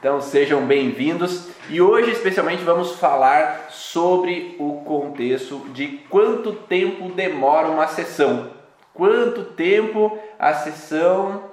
Então sejam bem-vindos e hoje especialmente vamos falar sobre o contexto de quanto tempo demora uma sessão. Quanto tempo a sessão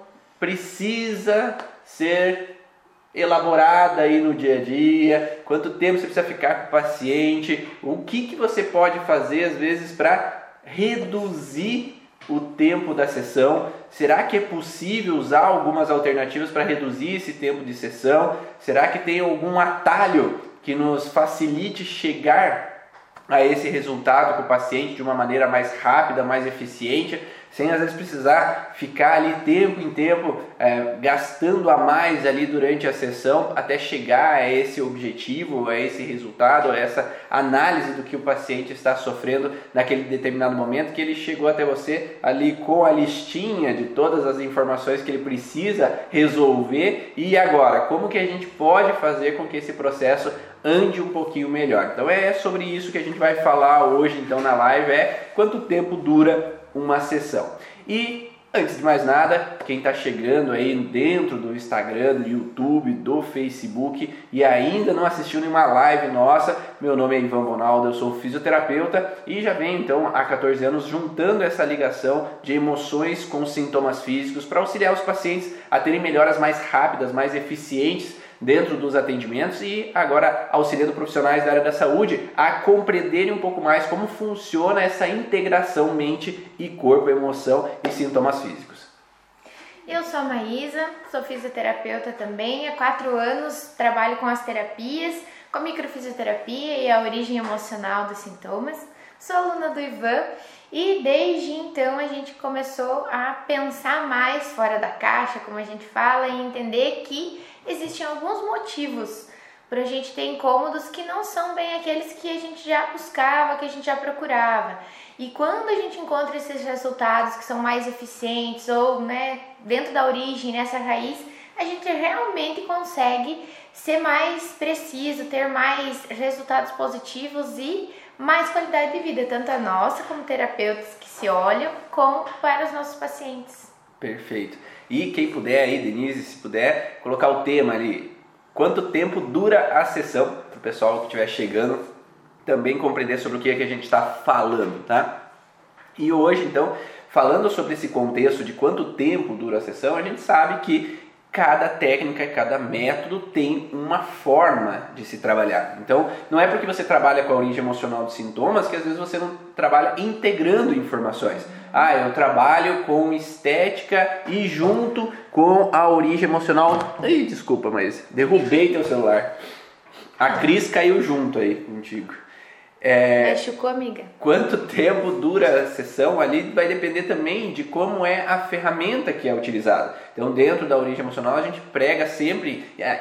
precisa ser elaborada aí no dia a dia, quanto tempo você precisa ficar com o paciente, o que você pode fazer às vezes para reduzir o tempo da sessão. Será que é possível usar algumas alternativas para reduzir esse tempo de sessão? Será que tem algum atalho que nos facilite chegar a esse resultado com o paciente de uma maneira mais rápida, mais eficiente, sem às vezes precisar ficar ali tempo em tempo gastando a mais ali durante a sessão até chegar a esse objetivo, a esse resultado, a essa análise do que o paciente está sofrendo naquele determinado momento, que ele chegou até você ali com a listinha de todas as informações que ele precisa resolver. E agora, como que a gente pode fazer com que esse processo ande um pouquinho melhor? Então é sobre isso que a gente vai falar hoje então na live, quanto tempo dura uma sessão. E antes de mais nada, quem está chegando aí dentro do Instagram, do YouTube, do Facebook e ainda não assistiu nenhuma live nossa, meu nome é Ivan Bonaldo, eu sou fisioterapeuta e já venho então há 14 anos juntando essa ligação de emoções com sintomas físicos para auxiliar os pacientes a terem melhoras mais rápidas, mais eficientes dentro dos atendimentos e agora auxiliando profissionais da área da saúde a compreenderem um pouco mais como funciona essa integração mente e corpo, emoção e sintomas físicos. Eu sou a Maísa, sou fisioterapeuta também, há 4 anos trabalho com as terapias, com a microfisioterapia e a origem emocional dos sintomas. Sou aluna do Ivan e desde então a gente começou a pensar mais fora da caixa, como a gente fala, e entender que existem alguns motivos para a gente ter incômodos que não são bem aqueles que a gente já buscava, que a gente já procurava. E quando a gente encontra esses resultados que são mais eficientes ou dentro da origem, nessa raiz, a gente realmente consegue ser mais preciso, ter mais resultados positivos e mais qualidade de vida, tanto a nossa como terapeutas que se olham, como para os nossos pacientes. Perfeito. E quem puder aí, Denise, se puder, colocar o tema ali, quanto tempo dura a sessão, para o pessoal que estiver chegando também compreender sobre o que é que a gente está falando, tá? E hoje, então, falando sobre esse contexto de quanto tempo dura a sessão, a gente sabe que cada técnica, cada método tem uma forma de se trabalhar. Então, não é porque você trabalha com a origem emocional dos sintomas que às vezes você não trabalha integrando informações. Eu trabalho com estética e junto com a origem emocional... desculpa, mas derrubei teu celular. A Cris caiu junto aí contigo. Machucou, amiga. Quanto tempo dura a sessão ali vai depender também de como é a ferramenta que é utilizada. Então, dentro da origem emocional, a gente prega sempre a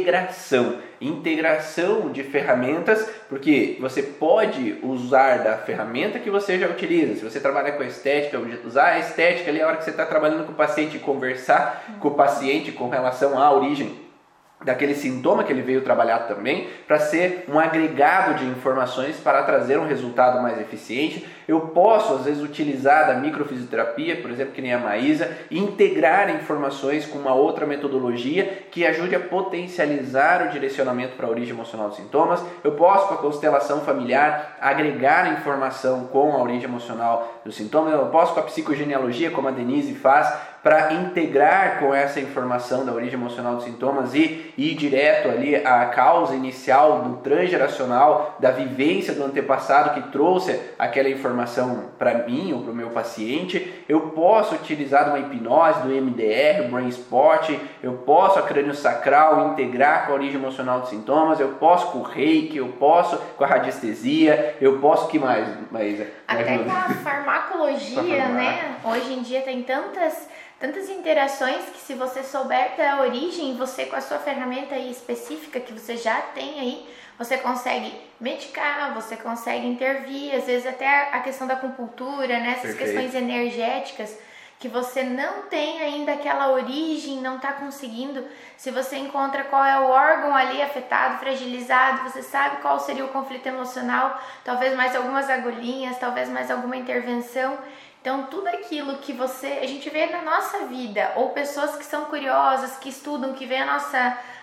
integração de ferramentas, porque você pode usar da ferramenta que você já utiliza. Se você trabalha com a estética, usar a estética ali a hora que você está trabalhando com o paciente, conversar com o paciente com relação à origem daquele sintoma que ele veio trabalhar também, para ser um agregado de informações para trazer um resultado mais eficiente. Eu posso, às vezes, utilizar da microfisioterapia, por exemplo, que nem a Maísa, e integrar informações com uma outra metodologia que ajude a potencializar o direcionamento para a origem emocional dos sintomas. Eu posso, com a constelação familiar, agregar informação com a origem emocional dos sintomas. Eu posso, com a psicogenealogia, como a Denise faz, para integrar com essa informação da origem emocional dos sintomas e ir direto ali à causa inicial do transgeracional, da vivência do antepassado que trouxe aquela informação para mim ou para o meu paciente. Eu posso utilizar de uma hipnose, do MDR, o Brain Spot, eu posso a crânio-sacral integrar com a origem emocional dos sintomas, eu posso com o reiki, eu posso com a radiestesia, eu posso, o que mais, Maísa? Até com a farmacologia, Hoje em dia tem tantas interações que, se você souber da origem, você com a sua ferramenta aí específica que você já tem aí, você consegue medicar, você consegue intervir, às vezes até a questão da acupuntura, essas questões energéticas que você não tem ainda aquela origem, não está conseguindo. Se você encontra qual é o órgão ali afetado, fragilizado, você sabe qual seria o conflito emocional, talvez mais algumas agulhinhas, talvez mais alguma intervenção. Então, tudo aquilo que a gente vê na nossa vida, ou pessoas que são curiosas, que estudam, que vê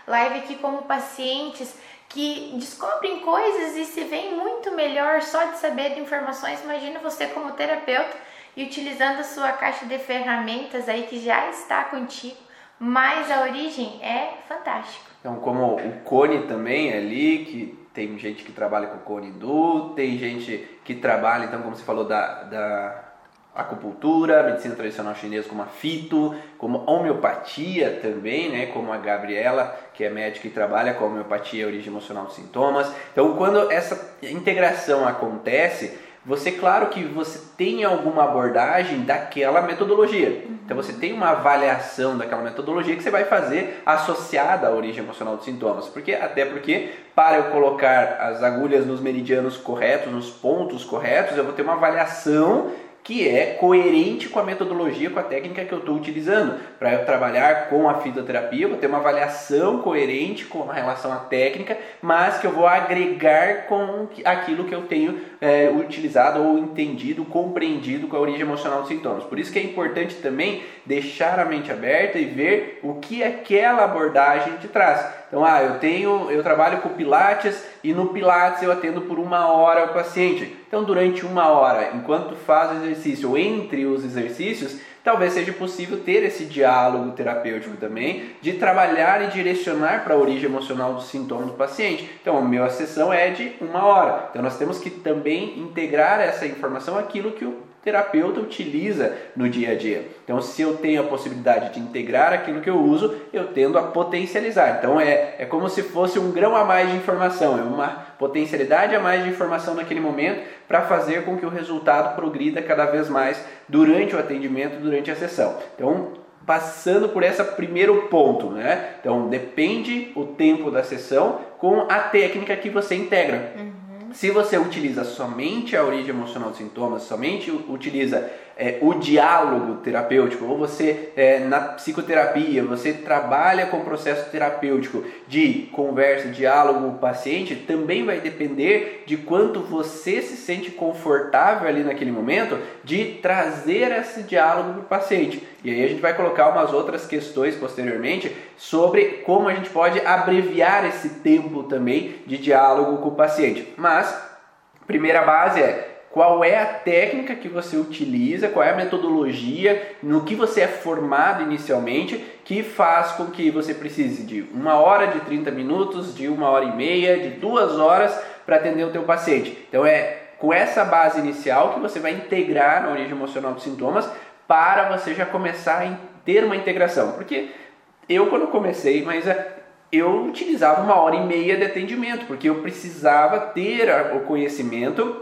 live aqui como pacientes que descobrem coisas e se veem muito melhor só de saber de informações. Imagina você como terapeuta e utilizando a sua caixa de ferramentas aí que já está contigo, mas a origem é fantástico. Então, como o Cone também ali, que tem gente que trabalha com Cone Hindu, tem gente que trabalha, então, como você falou, da acupuntura, medicina tradicional chinesa como a fito, como homeopatia também, né, como a Gabriela, que é médica e trabalha com a homeopatia, a origem emocional dos sintomas. Então, quando essa integração acontece, claro que você tem alguma abordagem daquela metodologia. Então você tem uma avaliação daquela metodologia que você vai fazer associada à origem emocional dos sintomas. Até porque para eu colocar as agulhas nos meridianos corretos, nos pontos corretos, eu vou ter uma avaliação que é coerente com a metodologia, com a técnica que eu estou utilizando. Para eu trabalhar com a fitoterapia, eu vou ter uma avaliação coerente com relação à técnica, mas que eu vou agregar com aquilo que eu tenho utilizado ou entendido, compreendido com a origem emocional dos sintomas. Por isso que é importante também deixar a mente aberta e ver o que aquela abordagem te traz. Então, eu trabalho com Pilates e no Pilates eu atendo por 1 hora o paciente. Então, durante 1 hora, enquanto faz o exercício ou entre os exercícios, talvez seja possível ter esse diálogo terapêutico também, de trabalhar e direcionar para a origem emocional dos sintomas do paciente. Então, a minha sessão é de 1 hora. Então, nós temos que também integrar essa informação àquilo que o terapeuta utiliza no dia a dia. Então, se eu tenho a possibilidade de integrar aquilo que eu uso, eu tendo a potencializar. Então, é como se fosse um grão a mais de informação, é uma potencialidade a mais de informação naquele momento para fazer com que o resultado progrida cada vez mais durante o atendimento, durante a sessão. Então, passando por esse primeiro ponto, né? Então, depende o tempo da sessão com a técnica que você integra. Se você utiliza somente a origem emocional dos sintomas, somente utiliza o diálogo terapêutico, ou você na psicoterapia, você trabalha com o processo terapêutico de conversa, diálogo com o paciente, também vai depender de quanto você se sente confortável ali naquele momento de trazer esse diálogo para o paciente. E aí a gente vai colocar umas outras questões posteriormente sobre como a gente pode abreviar esse tempo também de diálogo com o paciente. Mas, primeira base é qual é a técnica que você utiliza, qual é a metodologia, no que você é formado inicialmente, que faz com que você precise de 1 hora, de 30 minutos, de 1h30, de 2 horas para atender o teu paciente. Então é com essa base inicial que você vai integrar na origem emocional dos sintomas para você já começar a ter uma integração. Porque eu quando comecei, eu utilizava 1h30 de atendimento, porque eu precisava ter o conhecimento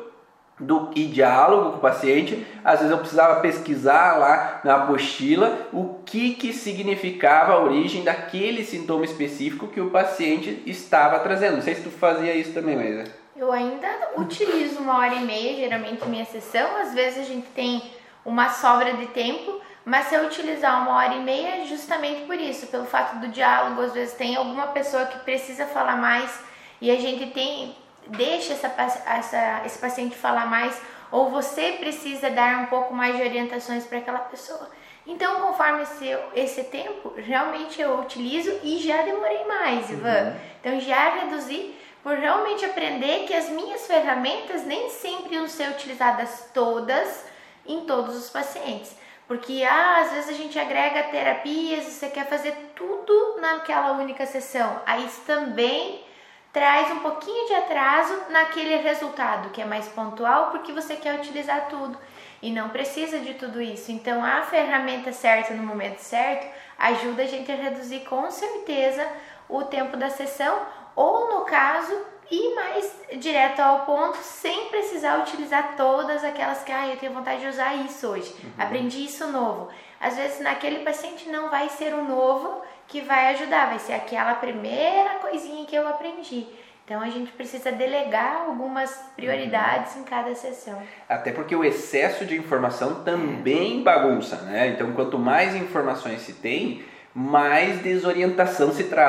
e diálogo com o paciente. Às vezes eu precisava pesquisar lá na apostila o que significava a origem daquele sintoma específico que o paciente estava trazendo. Não sei se tu fazia isso também, Maísa. Eu ainda utilizo 1h30, geralmente minha sessão. Às vezes a gente tem uma sobra de tempo, mas se eu utilizar 1h30 justamente por isso, pelo fato do diálogo, às vezes tem alguma pessoa que precisa falar mais e a gente deixa esse paciente falar mais, ou você precisa dar um pouco mais de orientações para aquela pessoa. Então, conforme esse tempo, realmente eu utilizo e já demorei mais, Ivan. Então, já reduzi por realmente aprender que as minhas ferramentas nem sempre iam ser utilizadas todas em todos os pacientes. Porque às vezes a gente agrega terapias e você quer fazer tudo naquela única sessão. Aí isso também traz um pouquinho de atraso naquele resultado que é mais pontual, porque você quer utilizar tudo e não precisa de tudo isso. Então a ferramenta certa no momento certo ajuda a gente a reduzir com certeza o tempo da sessão, ou no caso ir mais direto ao ponto sem precisar utilizar todas aquelas que eu tenho vontade de usar isso hoje, aprendi isso novo. Às vezes naquele paciente não vai ser o novo que vai ajudar, vai ser aquela primeira coisinha que eu aprendi. Então a gente precisa delegar algumas prioridades em cada sessão. Até porque o excesso de informação também bagunça, né? Então quanto mais informações se tem, mais desorientação se traz.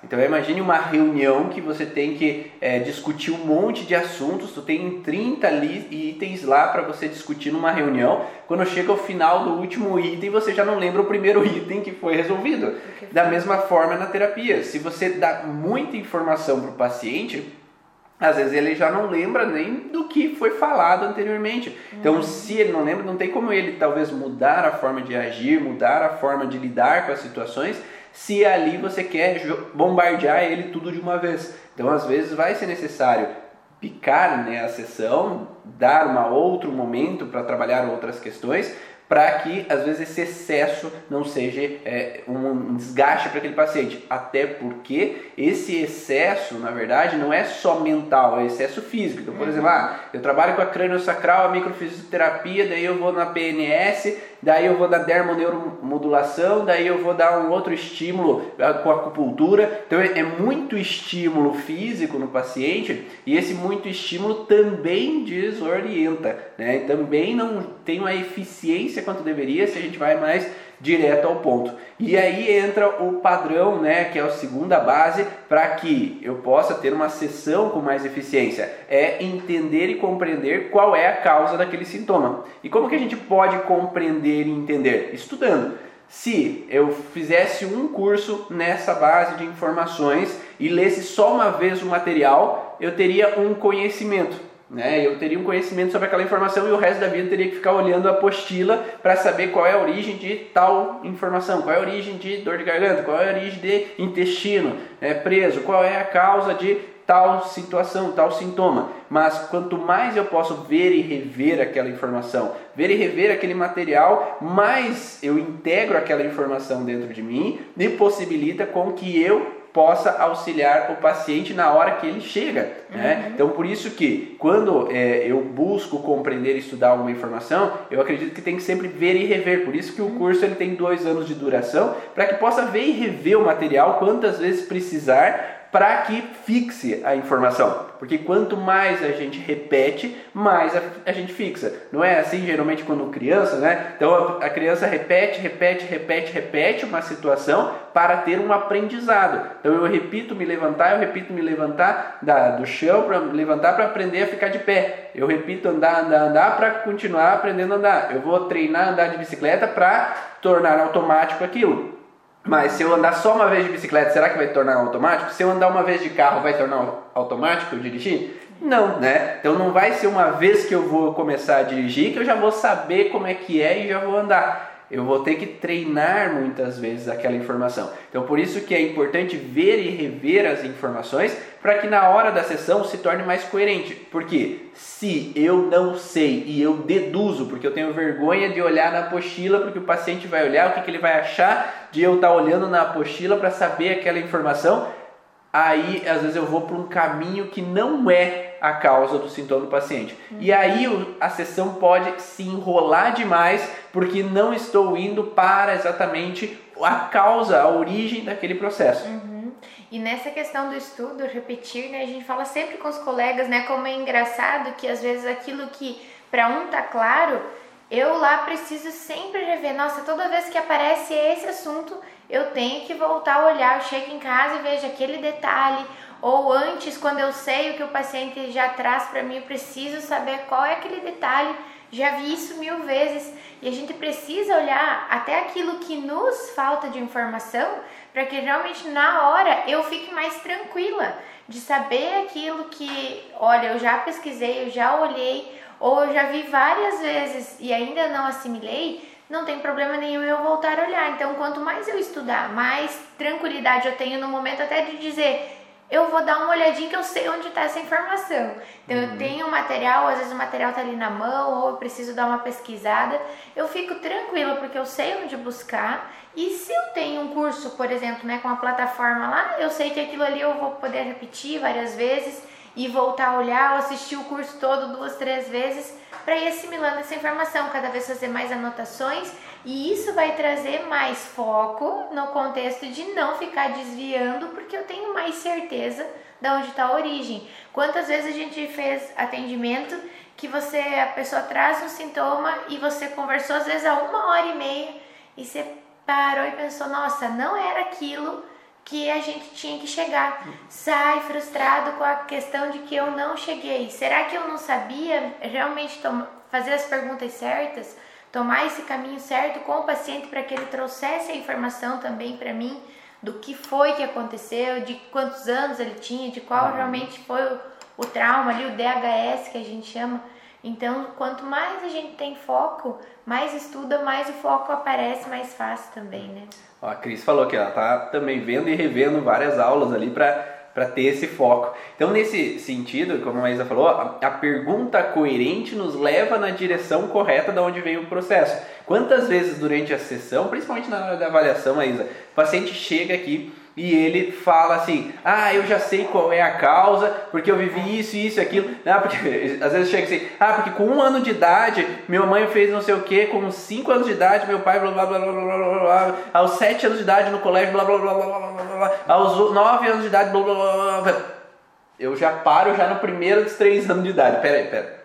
Então imagine uma reunião que você tem que discutir um monte de assuntos, tu tem 30 itens lá para você discutir numa reunião, quando chega ao final do último item você já não lembra o primeiro item que foi resolvido. Da mesma forma na terapia, se você dá muita informação para o paciente, às vezes ele já não lembra nem do que foi falado anteriormente. Então, se ele não lembra, não tem como ele talvez mudar a forma de agir, mudar a forma de lidar com as situações, se ali você quer bombardear ele tudo de uma vez. Então, às vezes vai ser necessário picar, né, a sessão, dar um outro momento para trabalhar outras questões, para que, às vezes, esse excesso não seja um desgaste para aquele paciente. Até porque esse excesso, na verdade, não é só mental, é excesso físico. Então, por exemplo, eu trabalho com a crânio-sacral, a microfisioterapia, daí eu vou na PNS, daí eu vou na dermoneuromodulação, daí eu vou dar um outro estímulo com a acupuntura. Então, é muito estímulo físico no paciente e esse muito estímulo também desorienta, né? Também não tem uma eficiência quanto deveria se a gente vai mais direto ao ponto. E aí entra o padrão, né, que é a segunda base para que eu possa ter uma sessão com mais eficiência. É entender e compreender qual é a causa daquele sintoma. E como que a gente pode compreender e entender? Estudando. Se eu fizesse um curso nessa base de informações e lesse só uma vez o material, eu teria um conhecimento. Eu teria um conhecimento sobre aquela informação e o resto da vida eu teria que ficar olhando a apostila para saber qual é a origem de tal informação, qual é a origem de dor de garganta, qual é a origem de intestino preso, qual é a causa de tal situação, tal sintoma. Mas quanto mais eu posso ver e rever aquela informação, ver e rever aquele material, mais eu integro aquela informação dentro de mim e possibilita com que eu possa auxiliar o paciente na hora que ele chega, né? Então, por isso que quando eu busco compreender e estudar alguma informação, eu acredito que tem que sempre ver e rever. Por isso que o curso ele tem 2 anos de duração, para que possa ver e rever o material quantas vezes precisar, para que fixe a informação. Porque quanto mais a gente repete, mais a gente fixa. Não é assim geralmente quando criança, né? Então a criança repete uma situação para ter um aprendizado. Então eu repito me levantar do chão, para levantar para aprender a ficar de pé. Eu repito andar para continuar aprendendo a andar. Eu vou treinar a andar de bicicleta para tornar automático aquilo. Mas se eu andar só uma vez de bicicleta, será que vai tornar automático? Se eu andar uma vez de carro, vai tornar automático eu dirigir? Não, né? Então não vai ser uma vez que eu vou começar a dirigir que eu já vou saber como é que é e já vou andar. Eu vou ter que treinar muitas vezes aquela informação. Então por isso que é importante ver e rever as informações para que na hora da sessão se torne mais coerente. Porque se eu não sei e eu deduzo, porque eu tenho vergonha de olhar na apostila, porque o paciente vai olhar, o que ele vai achar de eu estar olhando na apostila para saber aquela informação, aí às vezes eu vou para um caminho que não é a causa do sintoma do paciente. E aí a sessão pode se enrolar demais porque não estou indo para exatamente a causa, a origem daquele processo. E nessa questão do estudo, repetir, né, a gente fala sempre com os colegas, né, como é engraçado que às vezes aquilo que para um tá claro, eu lá preciso sempre rever. Nossa, toda vez que aparece esse assunto, eu tenho que voltar a olhar. Eu chego em casa e vejo aquele detalhe. Ou antes, quando eu sei o que o paciente já traz para mim, eu preciso saber qual é aquele detalhe. Já vi isso 1000 vezes. E a gente precisa olhar até aquilo que nos falta de informação para que realmente na hora eu fique mais tranquila de saber aquilo que, olha, eu já pesquisei, eu já olhei, ou eu já vi várias vezes e ainda não assimilei. Não tem problema nenhum eu voltar a olhar. Então, quanto mais eu estudar, mais tranquilidade eu tenho no momento até de dizer, eu vou dar uma olhadinha que eu sei onde está essa informação. Então, eu tenho um material, às vezes o material está ali na mão, ou eu preciso dar uma pesquisada. Eu fico tranquila, porque eu sei onde buscar. E se eu tenho um curso, por exemplo, né, com a plataforma lá, eu sei que aquilo ali eu vou poder repetir várias vezes e voltar a olhar ou assistir o curso todo 2, 3 vezes para ir assimilando essa informação, cada vez fazer mais anotações, e isso vai trazer mais foco no contexto de não ficar desviando, porque eu tenho mais certeza de onde está a origem. Quantas vezes a gente fez atendimento que a pessoa traz um sintoma e você conversou às vezes há 1h30 e você parou e pensou, nossa, não era aquilo que a gente tinha que chegar. Sai frustrado com a questão de que eu não cheguei. Será que eu não sabia realmente fazer as perguntas certas? Tomar esse caminho certo com o paciente para que ele trouxesse a informação também para mim do que foi que aconteceu, de quantos anos ele tinha, de qual realmente foi o trauma ali, o DHS que a gente chama. Então, quanto mais a gente tem foco, mais estuda, mais o foco aparece mais fácil também, né? Ó, a Cris falou que ela tá também vendo e revendo várias aulas ali para ter esse foco. Então, nesse sentido, como a Maísa falou, a pergunta coerente nos leva na direção correta de onde vem o processo. Quantas vezes durante a sessão, principalmente na hora da avaliação, Maísa, o paciente chega aqui e ele fala assim, eu já sei qual é a causa, porque eu vivi isso, isso e aquilo. Não, porque às vezes chega assim, porque com 1 ano de idade, minha mãe fez não sei o que, com 5 anos de idade, meu pai blá blá blá blá blá blá blá, aos 7 anos de idade no colégio, blá blá blá blá blá blá blá, aos 9 anos de idade, blá blá blá blá. Eu já paro no primeiro dos 3 anos de idade. Pera.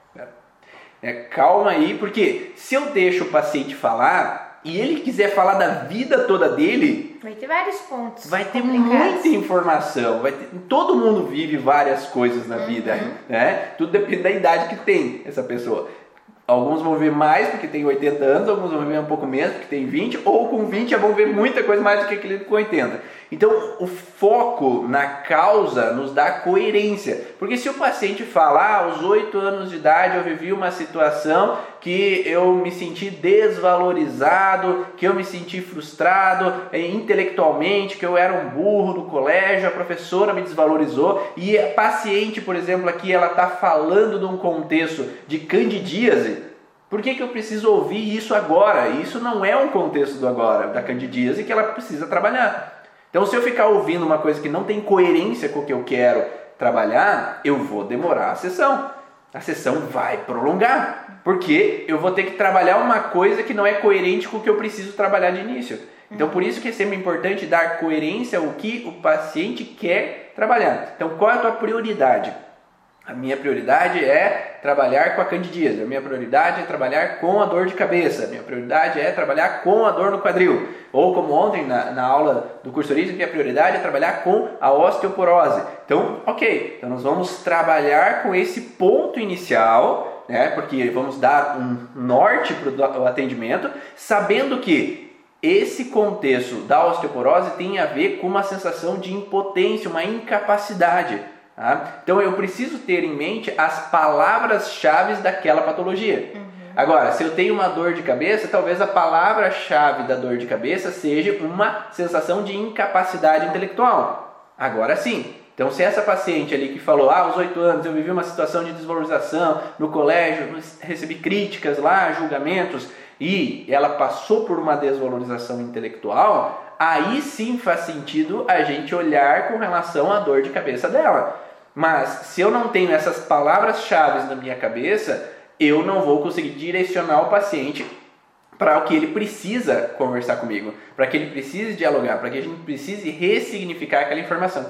Calma aí, porque se eu deixo o paciente falar e ele quiser falar da vida toda dele, vai ter vários pontos. Vai ter muita informação. Todo mundo vive várias coisas na vida, né? Tudo depende da idade que tem essa pessoa. Alguns vão ver mais porque tem 80 anos, alguns vão ver um pouco menos porque tem 20, ou com 20 vão ver muita coisa mais do que aquele com 80. Então, o foco na causa nos dá coerência. Porque se o paciente falar, aos 8 anos de idade eu vivi uma situação que eu me senti desvalorizado, que eu me senti frustrado intelectualmente, que eu era um burro no colégio, a professora me desvalorizou, e a paciente, por exemplo, aqui ela está falando de um contexto de candidíase. Por que eu preciso ouvir isso agora? Isso não é um contexto do agora, da candidíase, que ela precisa trabalhar. Então, se eu ficar ouvindo uma coisa que não tem coerência com o que eu quero trabalhar, eu vou demorar a sessão. A sessão vai prolongar, porque eu vou ter que trabalhar uma coisa que não é coerente com o que eu preciso trabalhar de início. Então, por isso que é sempre importante dar coerência ao que o paciente quer trabalhar. Então, qual é a tua prioridade? A minha prioridade é trabalhar com a candidíase, a minha prioridade é trabalhar com a dor de cabeça, a minha prioridade é trabalhar com a dor no quadril. Ou como ontem na aula do curso Origem, que a prioridade é trabalhar com a osteoporose. Então, ok, então nós vamos trabalhar com esse ponto inicial, né, porque vamos dar um norte para o atendimento, sabendo que esse contexto da osteoporose tem a ver com uma sensação de impotência, uma incapacidade. Então eu preciso ter em mente as palavras-chave daquela patologia. Agora, se eu tenho uma dor de cabeça, talvez a palavra-chave da dor de cabeça seja uma sensação de incapacidade intelectual. Agora sim. Então, se essa paciente ali que falou, aos 8 anos eu vivi uma situação de desvalorização no colégio, recebi críticas lá, julgamentos, e ela passou por uma desvalorização intelectual, aí sim faz sentido a gente olhar com relação à dor de cabeça dela. Mas se eu não tenho essas palavras-chave na minha cabeça, eu não vou conseguir direcionar o paciente para o que ele precisa conversar comigo, para que ele precise dialogar, para que a gente precise ressignificar aquela informação.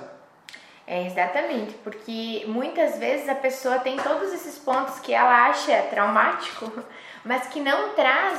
Exatamente, porque muitas vezes a pessoa tem todos esses pontos que ela acha traumático, mas que não traz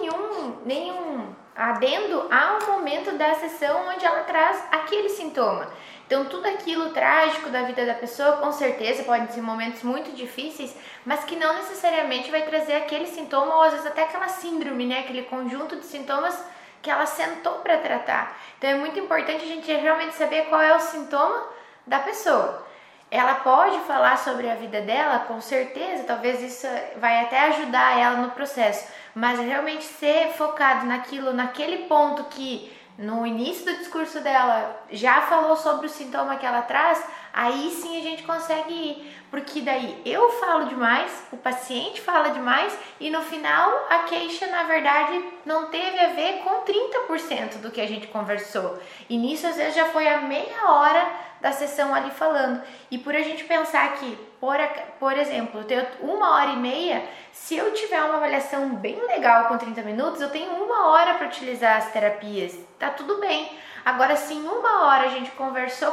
nenhum adendo ao momento da sessão onde ela traz aquele sintoma. Então, tudo aquilo trágico da vida da pessoa, com certeza, podem ser momentos muito difíceis, mas que não necessariamente vai trazer aquele sintoma, ou às vezes até aquela síndrome, né? Aquele conjunto de sintomas que ela sentou para tratar. Então, é muito importante a gente realmente saber qual é o sintoma da pessoa. Ela pode falar sobre a vida dela, com certeza, talvez isso vai até ajudar ela no processo, mas realmente ser focado naquele ponto que no início do discurso dela já falou sobre o sintoma que ela traz, aí sim a gente consegue ir, porque daí eu falo demais, o paciente fala demais e no final a queixa na verdade não teve a ver com 30% do que a gente conversou, e nisso às vezes já foi a meia hora da sessão ali falando. E por a gente pensar que, por exemplo, eu tenho 1h30, se eu tiver uma avaliação bem legal com 30 minutos, eu tenho 1 hora para utilizar as terapias, tá tudo bem. Agora, se em 1 hora a gente conversou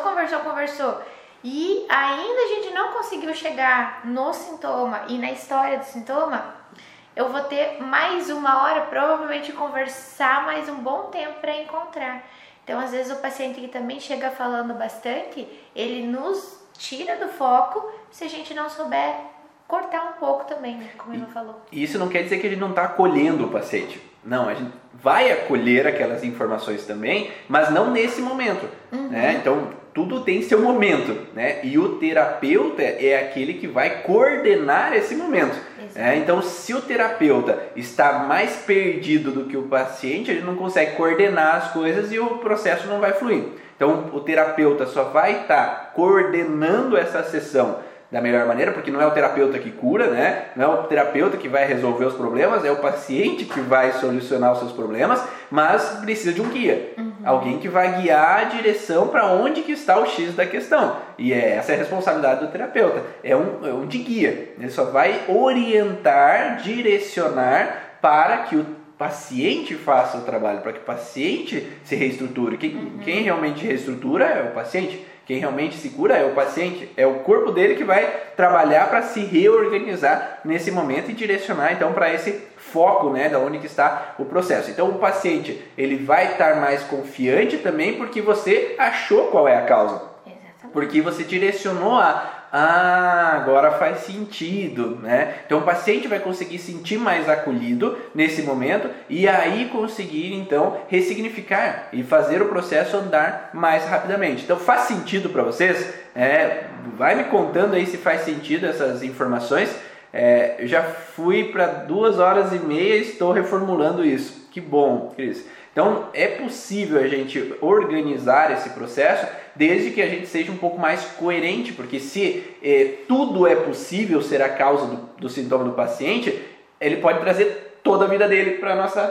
e ainda a gente não conseguiu chegar no sintoma e na história do sintoma, eu vou ter mais 1 hora, provavelmente conversar mais um bom tempo para encontrar. Então, às vezes, o paciente que também chega falando bastante, ele nos tira do foco se a gente não souber cortar um pouco também, né? Como ele falou. E isso não quer dizer que a gente não está acolhendo o paciente. Não, a gente vai acolher aquelas informações também, mas não nesse momento. Né? Então, tudo tem seu momento. Né? E o terapeuta é aquele que vai coordenar esse momento. Né? Então, se o terapeuta está mais perdido do que o paciente, ele não consegue coordenar as coisas e o processo não vai fluir. Então, o terapeuta só vai estar coordenando essa sessão da melhor maneira, porque não é o terapeuta que cura, né? Não é o terapeuta que vai resolver os problemas, é o paciente que vai solucionar os seus problemas, mas precisa de um guia. Alguém que vai guiar a direção para onde que está o X da questão. E essa é a responsabilidade do terapeuta. É um de guia. Ele só vai orientar, direcionar para que o paciente faça o trabalho, para que o paciente se reestruture. Quem realmente reestrutura é o paciente. Quem realmente se cura é o paciente, é o corpo dele que vai trabalhar para se reorganizar nesse momento e direcionar então para esse foco, né, da onde que está o processo. Então o paciente, ele vai estar mais confiante também porque você achou qual é a causa. Exatamente. Porque você direcionou agora faz sentido, né? Então o paciente vai conseguir sentir mais acolhido nesse momento e aí conseguir então ressignificar e fazer o processo andar mais rapidamente. Então faz sentido para vocês? Vai me contando aí se faz sentido essas informações. Eu já fui para 2h30 e estou reformulando isso. Que bom, Cris. Então é possível a gente organizar esse processo desde que a gente seja um pouco mais coerente, porque se tudo é possível ser a causa do sintoma do paciente, ele pode trazer toda a vida dele para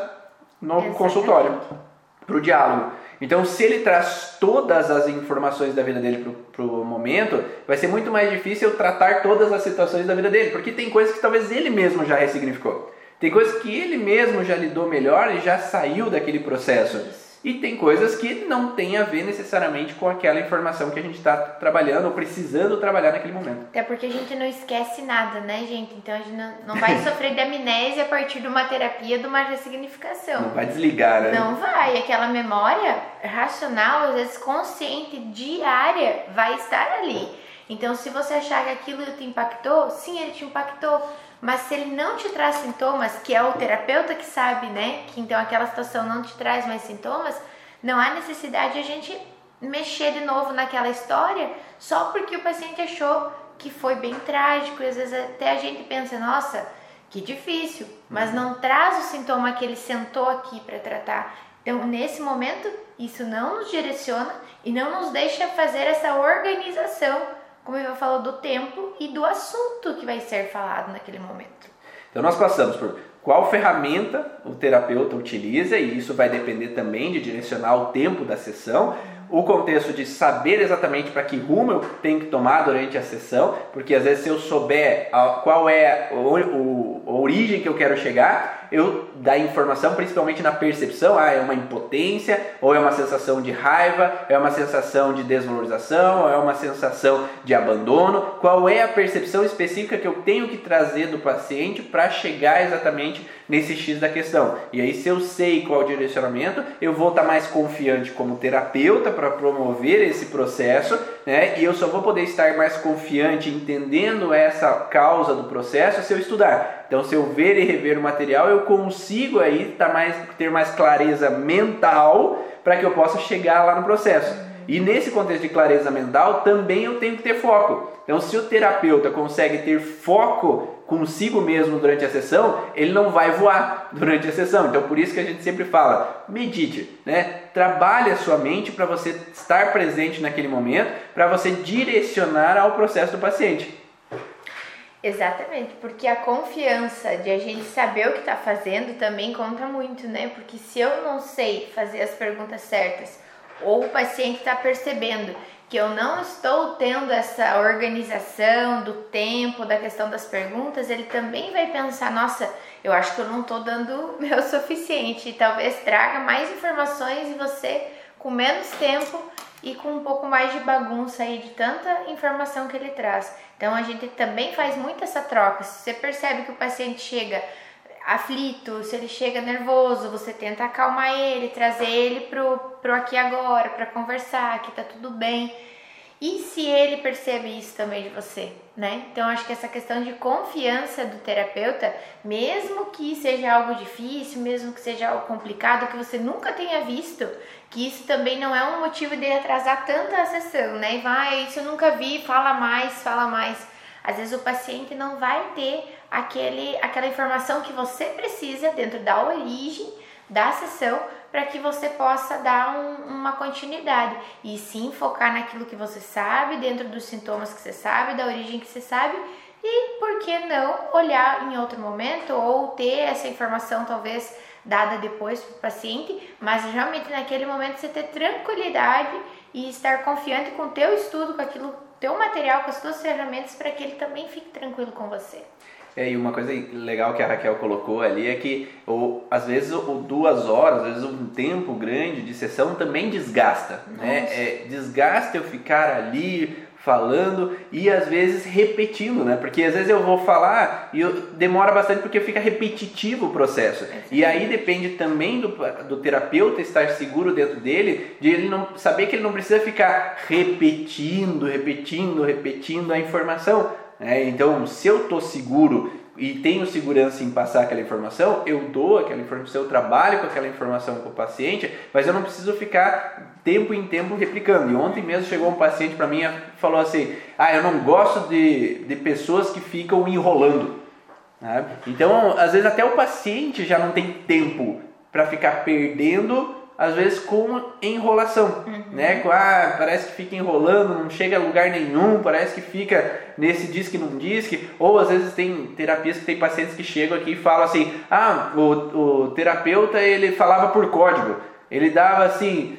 no consultório, para o diálogo. Então se ele traz todas as informações da vida dele para o momento, vai ser muito mais difícil tratar todas as situações da vida dele, porque tem coisas que talvez ele mesmo já ressignificou. Tem coisas que ele mesmo já lidou melhor e já saiu daquele processo. E tem coisas que não tem a ver necessariamente com aquela informação que a gente está trabalhando ou precisando trabalhar naquele momento. Até porque a gente não esquece nada, né, gente? Então a gente não vai sofrer de amnésia a partir de uma terapia, de uma ressignificação. Não vai desligar, né? Não vai. Aquela memória racional, às vezes consciente, diária, vai estar ali. Então se você achar que aquilo te impactou, sim, ele te impactou. Mas se ele não te traz sintomas, que é o terapeuta que sabe, né? Que então aquela situação não te traz mais sintomas, não há necessidade de a gente mexer de novo naquela história só porque o paciente achou que foi bem trágico. E às vezes até a gente pensa, nossa, que difícil, mas não traz o sintoma que ele sentou aqui para tratar. Então, nesse momento, isso não nos direciona e não nos deixa fazer essa organização, como eu falou, do tempo e do assunto que vai ser falado naquele momento. Então nós passamos por qual ferramenta o terapeuta utiliza, e isso vai depender também de direcionar o tempo da sessão, o contexto de saber exatamente para que rumo eu tenho que tomar durante a sessão, porque às vezes se eu souber qual é a origem que eu quero chegar, eu dar informação principalmente na percepção, é uma impotência, ou é uma sensação de raiva, é uma sensação de desvalorização, ou é uma sensação de abandono, qual é a percepção específica que eu tenho que trazer do paciente para chegar exatamente nesse X da questão. E aí se eu sei qual é o direcionamento, eu vou estar mais confiante como terapeuta para promover esse processo, né? E eu só vou poder estar mais confiante entendendo essa causa do processo se eu estudar. Então se eu ver e rever o material, eu consigo aí ter mais clareza mental para que eu possa chegar lá no processo. E nesse contexto de clareza mental, também eu tenho que ter foco. Então se o terapeuta consegue ter foco consigo mesmo durante a sessão, ele não vai voar durante a sessão. Então por isso que a gente sempre fala, medite, né? Trabalhe a sua mente para você estar presente naquele momento, para você direcionar ao processo do paciente. Exatamente, porque a confiança de a gente saber o que está fazendo também conta muito, né? Porque se eu não sei fazer as perguntas certas, ou o paciente está percebendo que eu não estou tendo essa organização do tempo, da questão das perguntas, ele também vai pensar, nossa, eu acho que eu não estou dando o meu suficiente, e talvez traga mais informações e você com menos tempo e com um pouco mais de bagunça aí de tanta informação que ele traz. Então a gente também faz muito essa troca. Se você percebe que o paciente chega aflito, se ele chega nervoso, você tenta acalmar ele, trazer ele pro aqui e agora, para conversar, que tá tudo bem. E se ele percebe isso também de você, né? Então, acho que essa questão de confiança do terapeuta, mesmo que seja algo difícil, mesmo que seja algo complicado, que você nunca tenha visto, que isso também não é um motivo de atrasar tanto a sessão, né? E vai, isso eu nunca vi, fala mais, fala mais. Às vezes o paciente não vai ter aquela informação que você precisa dentro da origem da sessão para que você possa dar uma continuidade e sim focar naquilo que você sabe, dentro dos sintomas que você sabe, da origem que você sabe e por que não olhar em outro momento ou ter essa informação talvez dada depois para o paciente, mas realmente naquele momento você ter tranquilidade e estar confiante com o teu estudo, com aquilo, teu material, com as tuas ferramentas para que ele também fique tranquilo com você. E uma coisa legal que a Raquel colocou ali é que às vezes 2 horas, às vezes um tempo grande de sessão também desgasta, né? Desgasta eu ficar ali falando e às vezes repetindo, né? Porque às vezes eu vou falar e demora bastante porque fica repetitivo o processo. E aí depende também do terapeuta estar seguro dentro dele, de ele não saber que ele não precisa ficar repetindo a informação. Então, se eu estou seguro e tenho segurança em passar aquela informação, eu dou aquela informação, eu trabalho com aquela informação com o paciente, mas eu não preciso ficar tempo em tempo replicando. E ontem mesmo chegou um paciente para mim e falou assim, eu não gosto de pessoas que ficam enrolando. Então, às vezes até o paciente já não tem tempo para ficar perdendo, às vezes com enrolação, né? Parece que fica enrolando, não chega a lugar nenhum, parece que fica nesse diz que não diz que, ou às vezes tem terapias que tem pacientes que chegam aqui e falam assim, o terapeuta ele falava por código, ele dava assim,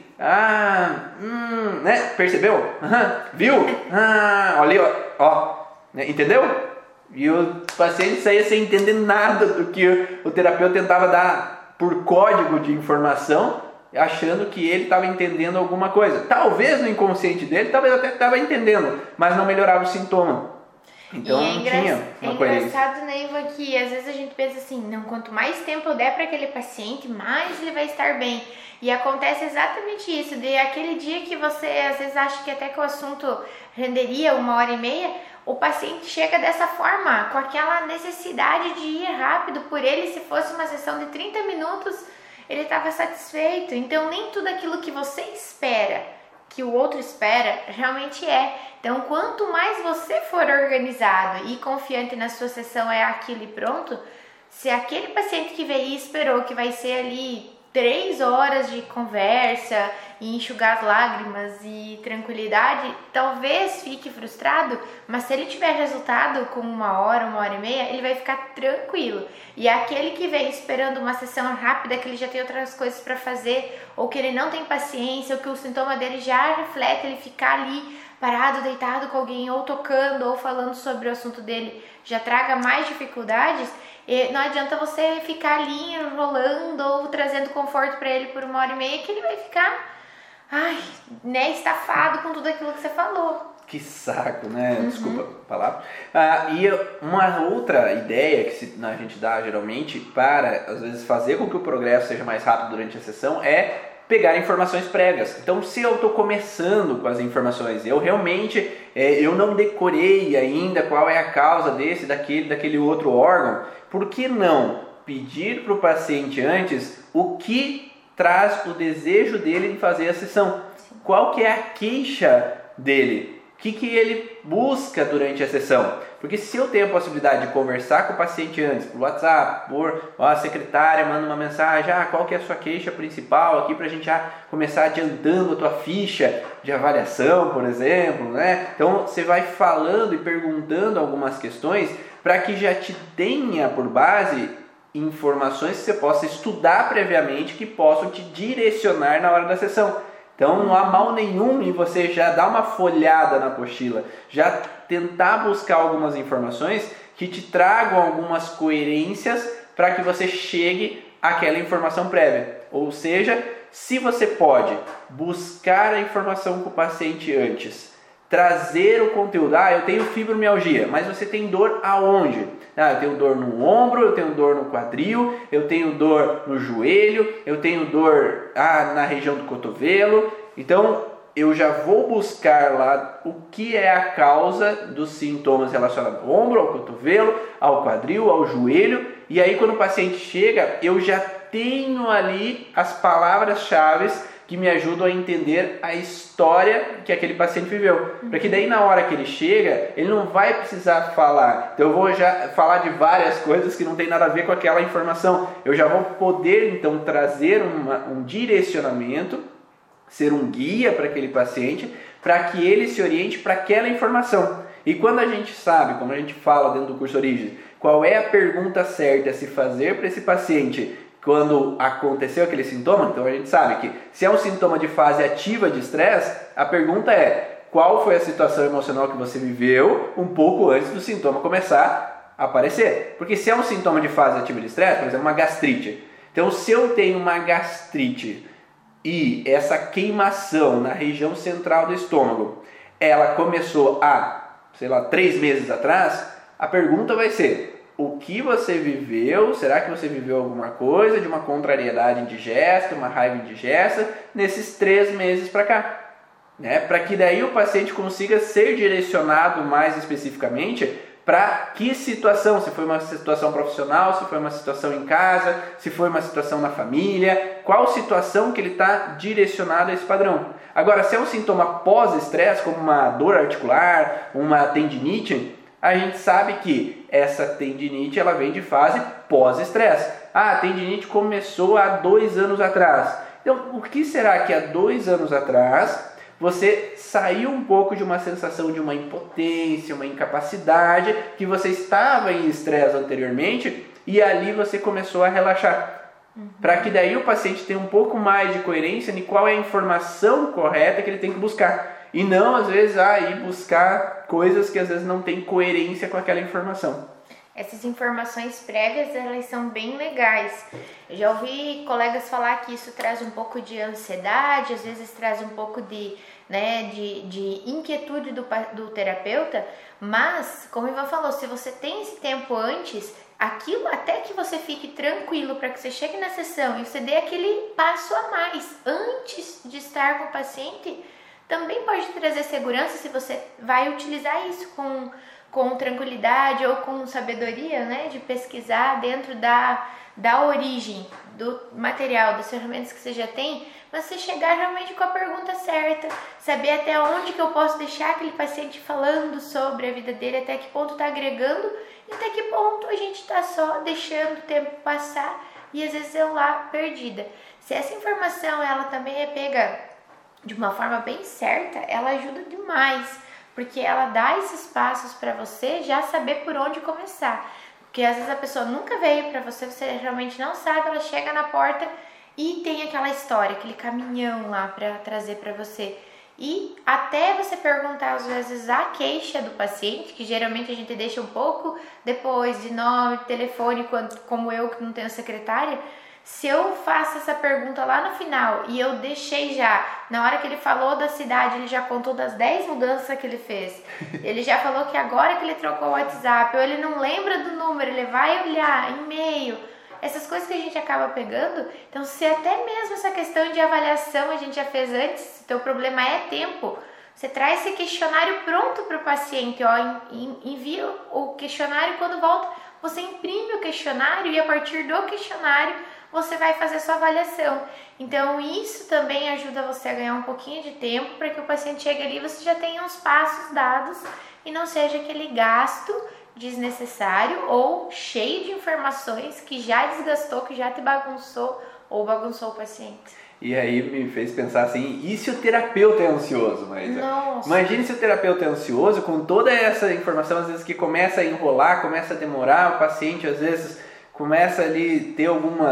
né? Percebeu? Viu? Olha ali, ó, né? Entendeu? E o paciente saía sem entender nada do que o terapeuta tentava dar por código de informação, achando que ele estava entendendo alguma coisa. Talvez no inconsciente dele, talvez até estava entendendo, mas não melhorava o sintoma. Então não tinha uma coerência. É engraçado, né, Ivan, que às vezes a gente pensa assim, não, quanto mais tempo eu der para aquele paciente, mais ele vai estar bem. E acontece exatamente isso, de aquele dia que você às vezes acha que até que o assunto renderia 1h30, o paciente chega dessa forma, com aquela necessidade de ir rápido por ele. Se fosse uma sessão de 30 minutos, ele estava satisfeito. Então nem tudo aquilo que você espera, que o outro espera, realmente é. Então quanto mais você for organizado e confiante na sua sessão é aquilo e pronto, se aquele paciente que veio e esperou que vai ser ali 3 horas de conversa e enxugar as lágrimas e tranquilidade, talvez fique frustrado, mas se ele tiver resultado com 1h30, ele vai ficar tranquilo. E aquele que vem esperando uma sessão rápida, que ele já tem outras coisas para fazer, ou que ele não tem paciência, ou que o sintoma dele já reflete ele ficar ali parado, deitado com alguém, ou tocando, ou falando sobre o assunto dele, já traga mais dificuldades, não adianta você ficar ali enrolando ou trazendo conforto para ele por 1h30, que ele vai ficar estafado com tudo aquilo que você falou. Que saco, né? Desculpa a palavra. E uma outra ideia que a gente dá geralmente para, às vezes, fazer com que o progresso seja mais rápido durante a sessão é pegar informações prévias. Então, se eu estou começando com as informações, eu realmente eu não decorei ainda qual é a causa daquele outro órgão, por que não pedir para o paciente antes o que traz o desejo dele de fazer a sessão? Qual que é a queixa dele? O que ele busca durante a sessão? Porque se eu tenho a possibilidade de conversar com o paciente antes, por WhatsApp, a secretária manda uma mensagem, qual que é a sua queixa principal aqui para a gente já começar adiantando a tua ficha de avaliação, por exemplo, né? Então você vai falando e perguntando algumas questões para que já te tenha por base informações que você possa estudar previamente, que possam te direcionar na hora da sessão. Então não há mal nenhum em você já dar uma folhada na apostila, já tentar buscar algumas informações que te tragam algumas coerências para que você chegue àquela informação prévia. Ou seja, se você pode buscar a informação com o paciente antes, trazer o conteúdo. Eu tenho fibromialgia, mas você tem dor aonde? Eu tenho dor no ombro, eu tenho dor no quadril, eu tenho dor no joelho, eu tenho dor na região do cotovelo. Então, eu já vou buscar lá o que é a causa dos sintomas relacionados ao ombro, ao cotovelo, ao quadril, ao joelho. E aí, quando o paciente chega, eu já tenho ali as palavras-chave que me ajudam a entender a história que aquele paciente viveu. Para que daí, na hora que ele chega, ele não vai precisar falar. Então, eu vou já falar de várias coisas que não tem nada a ver com aquela informação. Eu já vou poder, então, trazer um direcionamento, ser um guia para aquele paciente, para que ele se oriente para aquela informação. E quando a gente sabe, como a gente fala dentro do curso Origens, qual é a pergunta certa a se fazer para esse paciente quando aconteceu aquele sintoma, então a gente sabe que se é um sintoma de fase ativa de estresse, a pergunta é: qual foi a situação emocional que você viveu um pouco antes do sintoma começar a aparecer? Porque se é um sintoma de fase ativa de estresse, por exemplo, uma gastrite, então se eu tenho uma gastrite e essa queimação na região central do estômago, ela começou 3 meses atrás, a pergunta vai ser: o que você viveu? Será que você viveu alguma coisa de uma contrariedade indigesta, uma raiva indigesta, nesses 3 meses para cá? Para que daí o paciente consiga ser direcionado mais especificamente para que situação, se foi uma situação profissional, se foi uma situação em casa, se foi uma situação na família, qual situação que ele está direcionado a esse padrão. Agora, se é um sintoma pós-estresse, como uma dor articular, uma tendinite, a gente sabe que essa tendinite ela vem de fase pós-estresse. A tendinite começou há 2 anos atrás. Então, o que será que há 2 anos atrás você saiu um pouco de uma sensação de uma impotência, uma incapacidade, que você estava em estresse anteriormente e ali você começou a relaxar? Para que daí o paciente tenha um pouco mais de coerência em qual é a informação correta que ele tem que buscar. E não, às vezes, ir buscar coisas que às vezes não tem coerência com aquela informação. Essas informações prévias, elas são bem legais. Eu já ouvi colegas falar que isso traz um pouco de ansiedade, às vezes traz um pouco de inquietude do terapeuta, mas, como o Ivan falou, se você tem esse tempo antes, aquilo até que você fique tranquilo para que você chegue na sessão e você dê aquele passo a mais antes de estar com o paciente, também pode trazer segurança se você vai utilizar isso com tranquilidade ou com sabedoria, de pesquisar dentro da origem do material, das ferramentas que você já tem, mas você chegar realmente com a pergunta certa, saber até onde que eu posso deixar aquele paciente falando sobre a vida dele, até que ponto está agregando e até que ponto a gente está só deixando o tempo passar e às vezes eu lá perdida. Se essa informação ela também é pega de uma forma bem certa, ela ajuda demais, porque ela dá esses passos para você já saber por onde começar. Porque às vezes a pessoa nunca veio para você, você realmente não sabe, ela chega na porta e tem aquela história, aquele caminhão lá para trazer para você. E até você perguntar às vezes a queixa do paciente, que geralmente a gente deixa um pouco depois de nome, telefone, como eu que não tenho secretária. Se eu faço essa pergunta lá no final e eu deixei já, na hora que ele falou da cidade, ele já contou das 10 mudanças que ele fez. Ele já falou que agora que ele trocou o WhatsApp, ou ele não lembra do número, ele vai olhar, e-mail, essas coisas que a gente acaba pegando. Então, se até mesmo essa questão de avaliação a gente já fez antes, se o teu problema é tempo, você traz esse questionário pronto para o paciente, envia o questionário, quando volta, você imprime o questionário e a partir do questionário você vai fazer a sua avaliação. Então isso também ajuda você a ganhar um pouquinho de tempo para que o paciente chegue ali e você já tenha os passos dados e não seja aquele gasto desnecessário ou cheio de informações que já desgastou, que já te bagunçou ou bagunçou o paciente. E aí me fez pensar assim, e se o terapeuta é ansioso, Maísa? Nossa. Imagine se o terapeuta é ansioso, com toda essa informação, às vezes que começa a enrolar, começa a demorar, o paciente às vezes começa ali ter algumas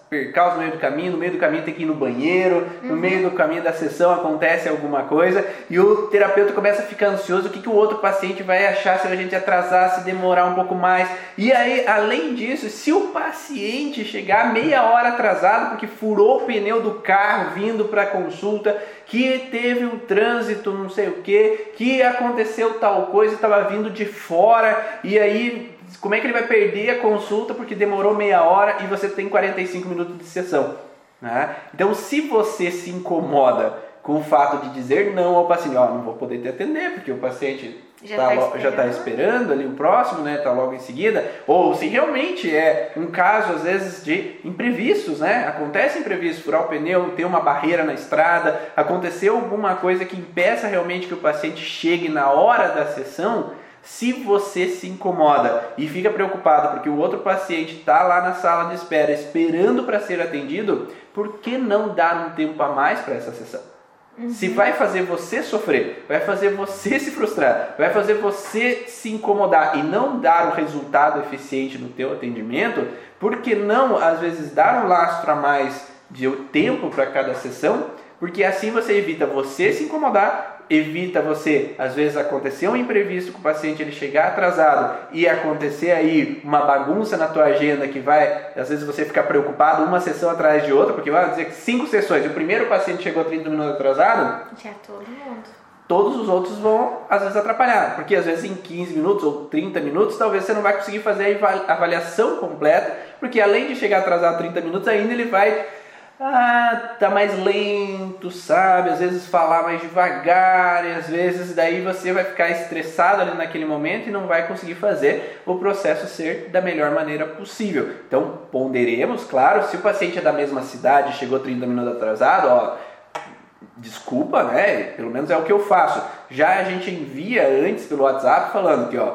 percalços no meio do caminho tem que ir no banheiro, no meio do caminho da sessão acontece alguma coisa e o terapeuta começa a ficar ansioso, o que o outro paciente vai achar se a gente atrasar, se demorar um pouco mais. E aí, além disso, se o paciente chegar meia hora atrasado porque furou o pneu do carro vindo para a consulta, que teve um trânsito, não sei o que aconteceu tal coisa, estava vindo de fora, e aí como é que ele vai perder a consulta porque demorou meia hora e você tem 45 minutos de sessão, né? Então, se você se incomoda com o fato de dizer não ao paciente, não vou poder te atender porque o paciente já está esperando ali o próximo, né? Está logo em seguida, ou se realmente é um caso às vezes de imprevistos, né? Acontece imprevisto, furar o pneu, ter uma barreira na estrada, aconteceu alguma coisa que impeça realmente que o paciente chegue na hora da sessão. Se você se incomoda e fica preocupado porque o outro paciente está lá na sala de espera esperando para ser atendido, por que não dar um tempo a mais para essa sessão? Se vai fazer você sofrer, vai fazer você se frustrar, vai fazer você se incomodar e não dar o resultado eficiente no teu atendimento, por que não, às vezes, dar um lastro a mais de tempo para cada sessão? Porque assim você evita você se incomodar, evita você, às vezes, acontecer um imprevisto com o paciente, ele chegar atrasado e acontecer aí uma bagunça na tua agenda que vai, às vezes, você ficar preocupado uma sessão atrás de outra, porque vai dizer que 5 sessões, o primeiro paciente chegou 30 minutos atrasado, já todo mundo. Todos os outros vão, às vezes, atrapalhar, porque às vezes em 15 minutos ou 30 minutos, talvez você não vai conseguir fazer a avaliação completa, porque além de chegar atrasado 30 minutos, ainda ele vai tá mais lento, sabe? Às vezes falar mais devagar, e às vezes daí você vai ficar estressado ali naquele momento e não vai conseguir fazer o processo ser da melhor maneira possível. Então, ponderemos, claro, se o paciente é da mesma cidade, chegou 30 minutos atrasado, desculpa, né? Pelo menos é o que eu faço. Já a gente envia antes pelo WhatsApp falando que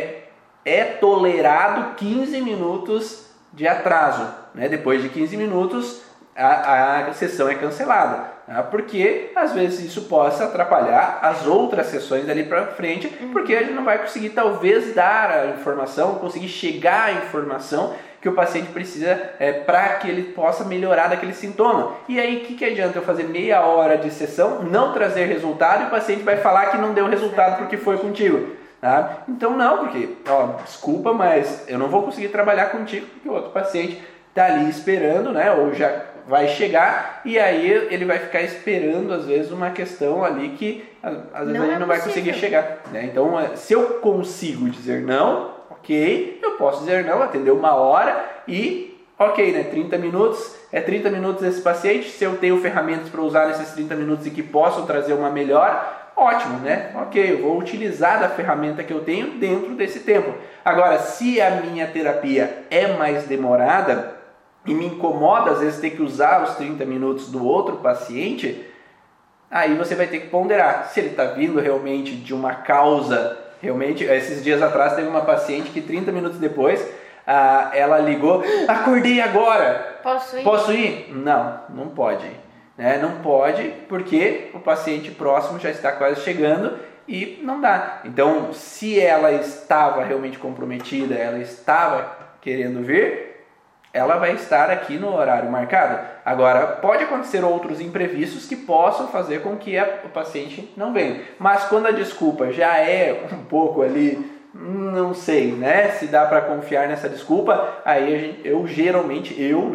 é tolerado 15 minutos de atraso, né? Depois de 15 minutos a sessão é cancelada, né? Porque às vezes isso possa atrapalhar as outras sessões dali para frente, porque a gente não vai conseguir talvez dar a informação, conseguir chegar à informação que o paciente precisa para que ele possa melhorar daquele sintoma. E aí, o que adianta eu fazer meia hora de sessão, não trazer resultado e o paciente vai falar que não deu resultado porque foi contigo? Tá? Então não, porque, desculpa, mas eu não vou conseguir trabalhar contigo porque o outro paciente está ali esperando, né? Ou já vai chegar e aí ele vai ficar esperando, às vezes, uma questão ali que às vezes ele não vai conseguir chegar, né? Então, se eu consigo dizer não, ok, eu posso dizer não, atender uma hora e, ok, né? 30 minutos, 30 minutos esse paciente, se eu tenho ferramentas para usar nesses 30 minutos e que possam trazer uma melhora, ótimo, né? Ok, eu vou utilizar da ferramenta que eu tenho dentro desse tempo. Agora, se a minha terapia é mais demorada e me incomoda, às vezes, ter que usar os 30 minutos do outro paciente, aí você vai ter que ponderar se ele está vindo realmente de uma causa. Realmente, esses dias atrás teve uma paciente que 30 minutos depois, ela ligou, acordei agora, posso ir? Não pode, né? Não pode porque o paciente próximo já está quase chegando e não dá. Então, se ela estava realmente comprometida, ela estava querendo vir, ela vai estar aqui no horário marcado. Agora, pode acontecer outros imprevistos que possam fazer com que o paciente não venha. Mas quando a desculpa já é um pouco ali, não sei, né? Se dá para confiar nessa desculpa, aí eu geralmente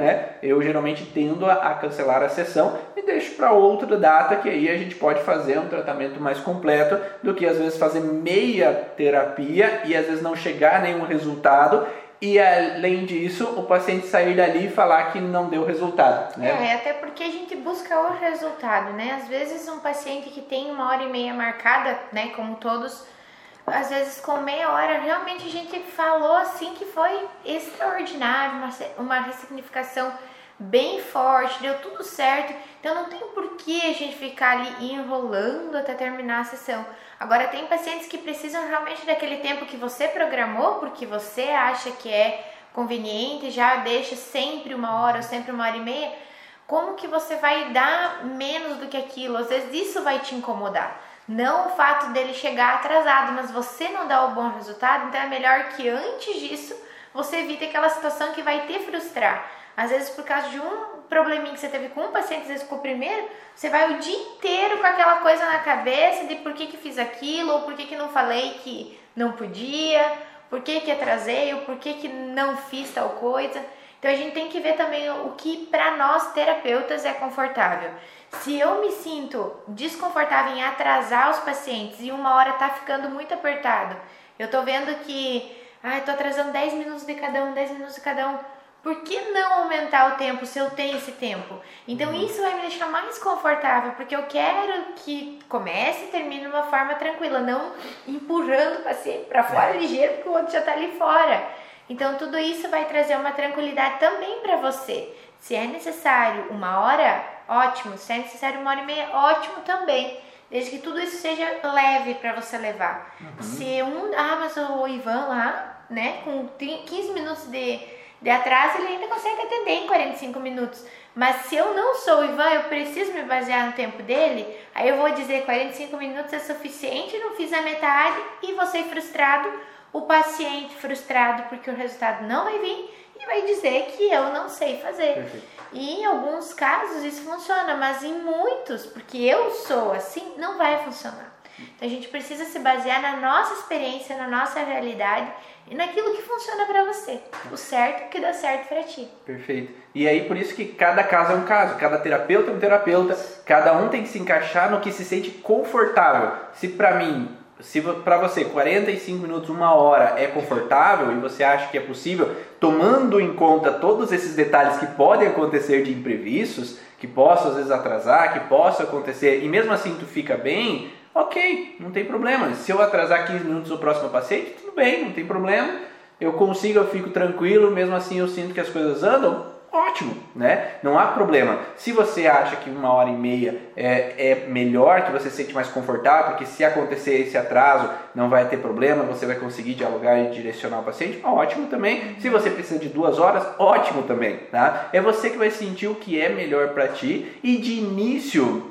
tendo a cancelar a sessão e deixo para outra data, que aí a gente pode fazer um tratamento mais completo do que às vezes fazer meia terapia e às vezes não chegar a nenhum resultado. E além disso, o paciente sair dali e falar que não deu resultado, né? Até porque a gente busca o resultado, né? Às vezes um paciente que tem 1h30 marcada, né, como todos, às vezes com meia hora, realmente a gente falou assim que foi extraordinário, uma ressignificação bem forte, deu tudo certo, então não tem por que a gente ficar ali enrolando até terminar a sessão. Agora, tem pacientes que precisam realmente daquele tempo que você programou, porque você acha que é conveniente, já deixa sempre 1 hora ou sempre 1h30, como que você vai dar menos do que aquilo? Às vezes isso vai te incomodar. Não o fato dele chegar atrasado, mas você não dá o bom resultado, então é melhor que antes disso você evite aquela situação que vai te frustrar. Às vezes, por causa de um probleminha que você teve com um paciente, às vezes com o primeiro, você vai o dia inteiro com aquela coisa na cabeça de por que fiz aquilo, ou por que não falei que não podia, por que atrasei, ou por que não fiz tal coisa. Então a gente tem que ver também o que para nós terapeutas é confortável. Se eu me sinto desconfortável em atrasar os pacientes e uma hora tá ficando muito apertado, eu tô vendo que tô atrasando 10 minutos de cada um, 10 minutos de cada um, por que não aumentar o tempo se eu tenho esse tempo? Então isso vai me deixar mais confortável, porque eu quero que comece e termine de uma forma tranquila, não empurrando o paciente para fora ligeiro porque o outro já tá ali fora. Então tudo isso vai trazer uma tranquilidade também para você. Se é necessário 1 hora, ótimo. Se é necessário 1h30, ótimo também. Desde que tudo isso seja leve para você levar. Se mas o Ivan lá, né, com 15 minutos de atraso, ele ainda consegue atender em 45 minutos. Mas se eu não sou o Ivan, eu preciso me basear no tempo dele, aí eu vou dizer 45 minutos é suficiente, não fiz a metade e vou ser frustrado, o paciente frustrado porque o resultado não vai vir e vai dizer que eu não sei fazer. Perfeito. E em alguns casos isso funciona, mas em muitos, porque eu sou assim, não vai funcionar. Então a gente precisa se basear na nossa experiência, na nossa realidade e naquilo que funciona para você. O certo que dá certo para ti. Perfeito. E aí por isso que cada caso é um caso, cada terapeuta é um terapeuta, cada um tem que se encaixar no que se sente confortável. Se para você 45 minutos, 1 hora é confortável e você acha que é possível, tomando em conta todos esses detalhes que podem acontecer de imprevistos, que possam às vezes atrasar, que possam acontecer, e mesmo assim tu fica bem, ok, não tem problema. Se eu atrasar 15 minutos o próximo paciente, tudo bem, não tem problema. Eu fico tranquilo, mesmo assim eu sinto que as coisas andam, ótimo, né? Não há problema. Se você acha que 1h30 é melhor, que você se sente mais confortável, porque se acontecer esse atraso não vai ter problema, você vai conseguir dialogar e direcionar o paciente, ótimo também. Se você precisa de 2 horas, ótimo também, tá? É você que vai sentir o que é melhor para ti e de início,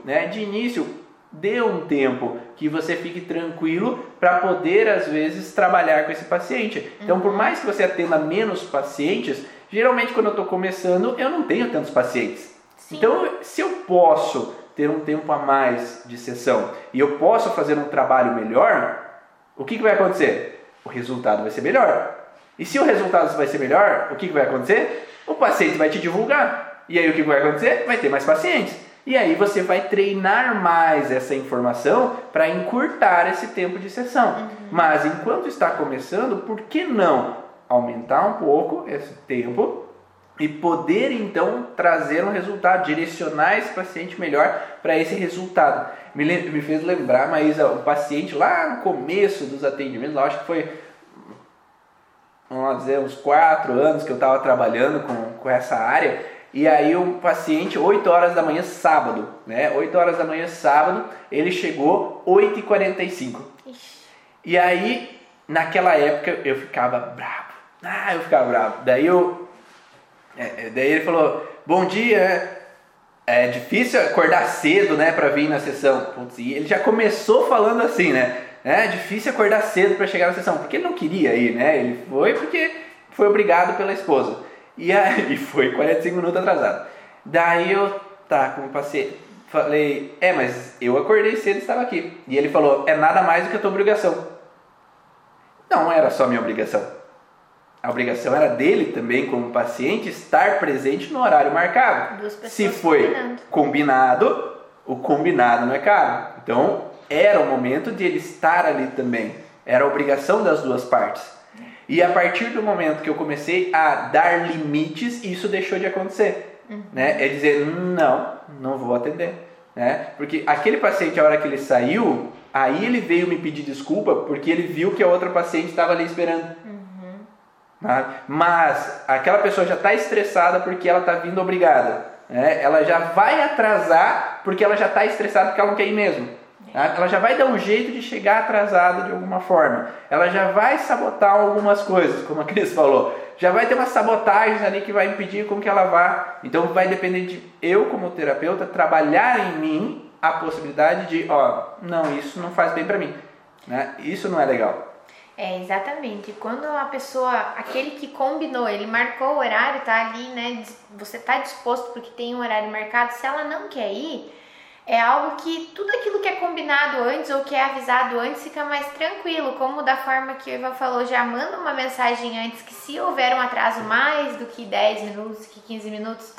dê um tempo que você fique tranquilo para poder, às vezes, trabalhar com esse paciente. Então, por mais que você atenda menos pacientes, geralmente quando eu estou começando, eu não tenho tantos pacientes. Sim. Então, se eu posso ter um tempo a mais de sessão e eu posso fazer um trabalho melhor, o que vai acontecer? O resultado vai ser melhor. E se o resultado vai ser melhor, o que vai acontecer? O paciente vai te divulgar. E aí o que vai acontecer? Vai ter mais pacientes. E aí você vai treinar mais essa informação para encurtar esse tempo de sessão. Mas enquanto está começando, por que não aumentar um pouco esse tempo e poder então trazer um resultado, direcionar esse paciente melhor para esse resultado? Me fez lembrar, Maísa, um paciente lá no começo dos atendimentos, acho que foi, vamos dizer, uns 4 anos que eu estava trabalhando com essa área. E aí o paciente, 8 horas da manhã, sábado, né? 8 horas da manhã, sábado, ele chegou 8h45. E aí, naquela época, eu ficava bravo. Daí ele falou, bom dia, é difícil acordar cedo, né, para vir na sessão. Putz, e ele já começou falando assim, né? É difícil acordar cedo para chegar na sessão, porque ele não queria ir, né? Ele foi porque foi obrigado pela esposa. E aí foi 45 minutos atrasado. Daí eu, como paciente, falei, mas eu acordei cedo e estava aqui. E ele falou, é nada mais do que a tua obrigação. Não era só minha obrigação. A obrigação era dele também, como paciente, estar presente no horário marcado. Se foi combinado, o combinado não é caro. Então, era o momento de ele estar ali também. Era a obrigação das duas partes. E a partir do momento que eu comecei a dar limites, isso deixou de acontecer. Né? É dizer, não vou atender. Né? Porque aquele paciente, a hora que ele saiu, aí ele veio me pedir desculpa porque ele viu que a outra paciente estava ali esperando. Mas aquela pessoa já está estressada porque ela está vindo obrigada. Né? Ela já vai atrasar porque ela já está estressada porque ela não quer ir mesmo. Ela já vai dar um jeito de chegar atrasada de alguma forma. Ela já vai sabotar algumas coisas, como a Cris falou. Já vai ter uma sabotagem ali que vai impedir com que ela vá. Então vai depender de eu, como terapeuta, trabalhar em mim a possibilidade de, não, isso não faz bem para mim. Né? Isso não é legal. Exatamente. Quando a pessoa, aquele que combinou, ele marcou o horário, tá ali, né? Você tá disposto porque tem um horário marcado. Se ela não quer ir, é algo que tudo aquilo que é combinado antes ou que é avisado antes fica mais tranquilo. Como da forma que o Ivan falou, já manda uma mensagem antes que se houver um atraso mais do que 10 minutos, que 15 minutos,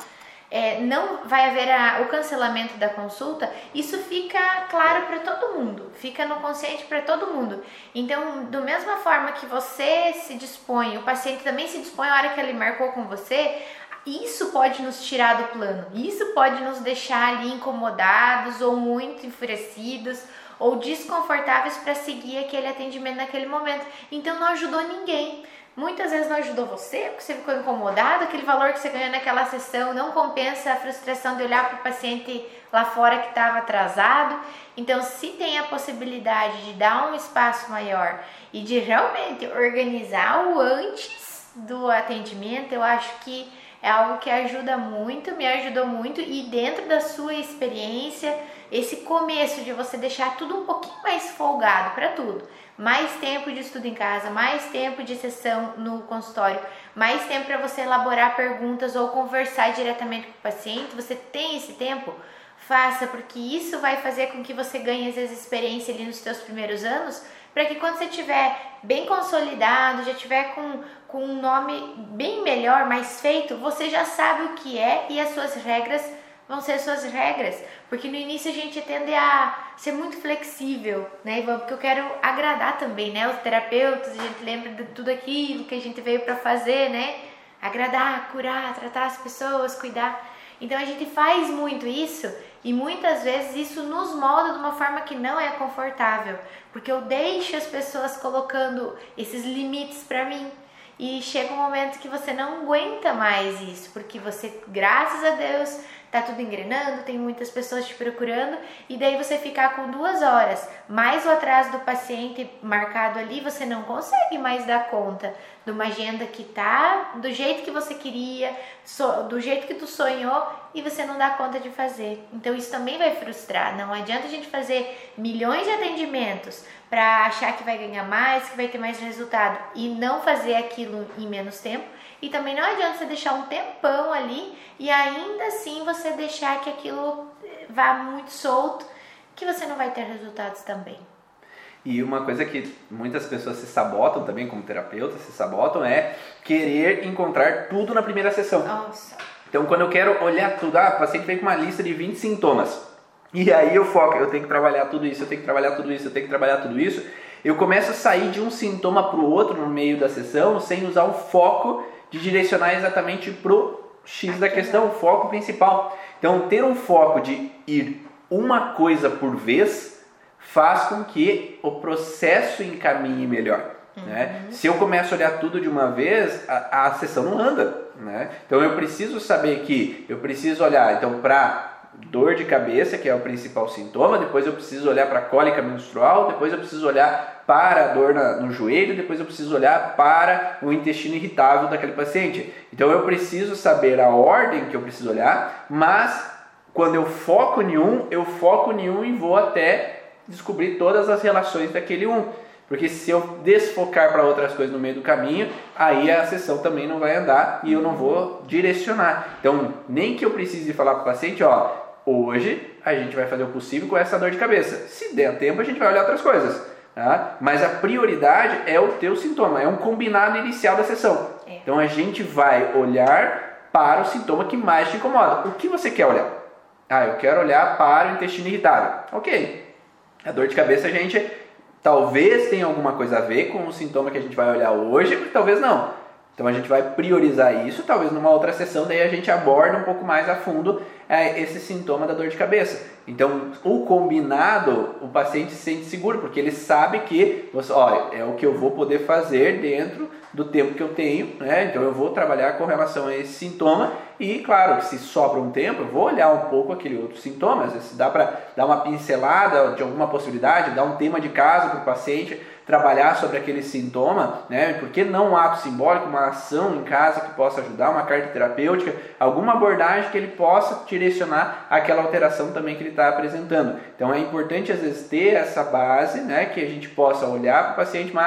não vai haver o cancelamento da consulta. Isso fica claro para todo mundo, fica no consciente para todo mundo. Então, da mesma forma que você se dispõe, o paciente também se dispõe a hora que ele marcou com você, isso pode nos tirar do plano, isso pode nos deixar ali incomodados ou muito enfurecidos ou desconfortáveis para seguir aquele atendimento naquele momento. Então, não ajudou ninguém. Muitas vezes não ajudou você, porque você ficou incomodado, aquele valor que você ganhou naquela sessão não compensa a frustração de olhar para o paciente lá fora que estava atrasado. Então, se tem a possibilidade de dar um espaço maior e de realmente organizar o antes do atendimento, eu acho que é algo que ajuda muito, me ajudou muito, e dentro da sua experiência, esse começo de você deixar tudo um pouquinho mais folgado para tudo. Mais tempo de estudo em casa, mais tempo de sessão no consultório, mais tempo para você elaborar perguntas ou conversar diretamente com o paciente. Você tem esse tempo? Faça, porque isso vai fazer com que você ganhe às vezes experiência ali nos seus primeiros anos, para que quando você estiver bem consolidado, já estiver com um nome bem melhor, mais feito, você já sabe o que é e as suas regras vão ser suas regras, porque no início a gente tende a ser muito flexível, né, Ivan? Porque eu quero agradar também, né, os terapeutas, a gente lembra de tudo aquilo que a gente veio para fazer, né, agradar, curar, tratar as pessoas, cuidar. Então a gente faz muito isso e muitas vezes isso nos molda de uma forma que não é confortável, porque eu deixo as pessoas colocando esses limites para mim. E chega um momento que você não aguenta mais isso, porque você, graças a Deus, tá tudo engrenando, tem muitas pessoas te procurando, e daí você ficar com 2 horas, mais o atraso do paciente marcado ali, você não consegue mais dar conta de uma agenda que tá do jeito que você queria, do jeito que tu sonhou, e você não dá conta de fazer. Então isso também vai frustrar. Não adianta a gente fazer milhões de atendimentos para achar que vai ganhar mais, que vai ter mais resultado e não fazer aquilo em menos tempo. E também não adianta você deixar um tempão ali e ainda assim você deixar que aquilo vá muito solto, que você não vai ter resultados também. E uma coisa que muitas pessoas se sabotam também, como terapeutas, se sabotam, é querer encontrar tudo na primeira sessão. Nossa. Então, quando eu quero olhar tudo, o paciente vem com uma lista de 20 sintomas, e aí eu foco, eu tenho que trabalhar tudo isso, eu tenho que trabalhar tudo isso, eu tenho que trabalhar tudo isso, eu começo a sair de um sintoma para o outro no meio da sessão, sem usar o foco de direcionar exatamente para o X da questão, o foco principal. Então, ter um foco de ir uma coisa por vez faz com que o processo encaminhe melhor. Né? Se eu começo a olhar tudo de uma vez, a sessão não anda. Né? Então eu preciso saber que eu preciso olhar então, para dor de cabeça, que é o principal sintoma, depois eu preciso olhar para a cólica menstrual, depois eu preciso olhar para a dor no joelho, depois eu preciso olhar para o intestino irritável daquele paciente. Então eu preciso saber a ordem que eu preciso olhar, mas quando eu foco em um e vou até descobrir todas as relações daquele um. Porque se eu desfocar para outras coisas no meio do caminho, aí a sessão também não vai andar e eu não vou direcionar. Então, nem que eu precise falar para o paciente, hoje a gente vai fazer o possível com essa dor de cabeça. Se der tempo, a gente vai olhar outras coisas. Tá? Mas a prioridade é o teu sintoma, é um combinado inicial da sessão. Então, a gente vai olhar para o sintoma que mais te incomoda. O que você quer olhar? Eu quero olhar para o intestino irritável. Ok. A dor de cabeça, a gente talvez tenha alguma coisa a ver com o sintoma que a gente vai olhar hoje, mas talvez não. Então a gente vai priorizar isso, talvez numa outra sessão, daí a gente aborda um pouco mais a fundo esse sintoma da dor de cabeça. Então o combinado, o paciente se sente seguro, porque ele sabe que é o que eu vou poder fazer dentro do tempo que eu tenho, né? Então eu vou trabalhar com relação a esse sintoma e claro que se sobra um tempo eu vou olhar um pouco aquele outro sintoma, às vezes dá para dar uma pincelada de alguma possibilidade, dar um tema de caso para o paciente, trabalhar sobre aquele sintoma, né? Por que não um ato simbólico, uma ação em casa que possa ajudar, uma carta terapêutica, alguma abordagem que ele possa direcionar aquela alteração também que ele está apresentando. Então é importante às vezes ter essa base, né? Que a gente possa olhar para o paciente, mas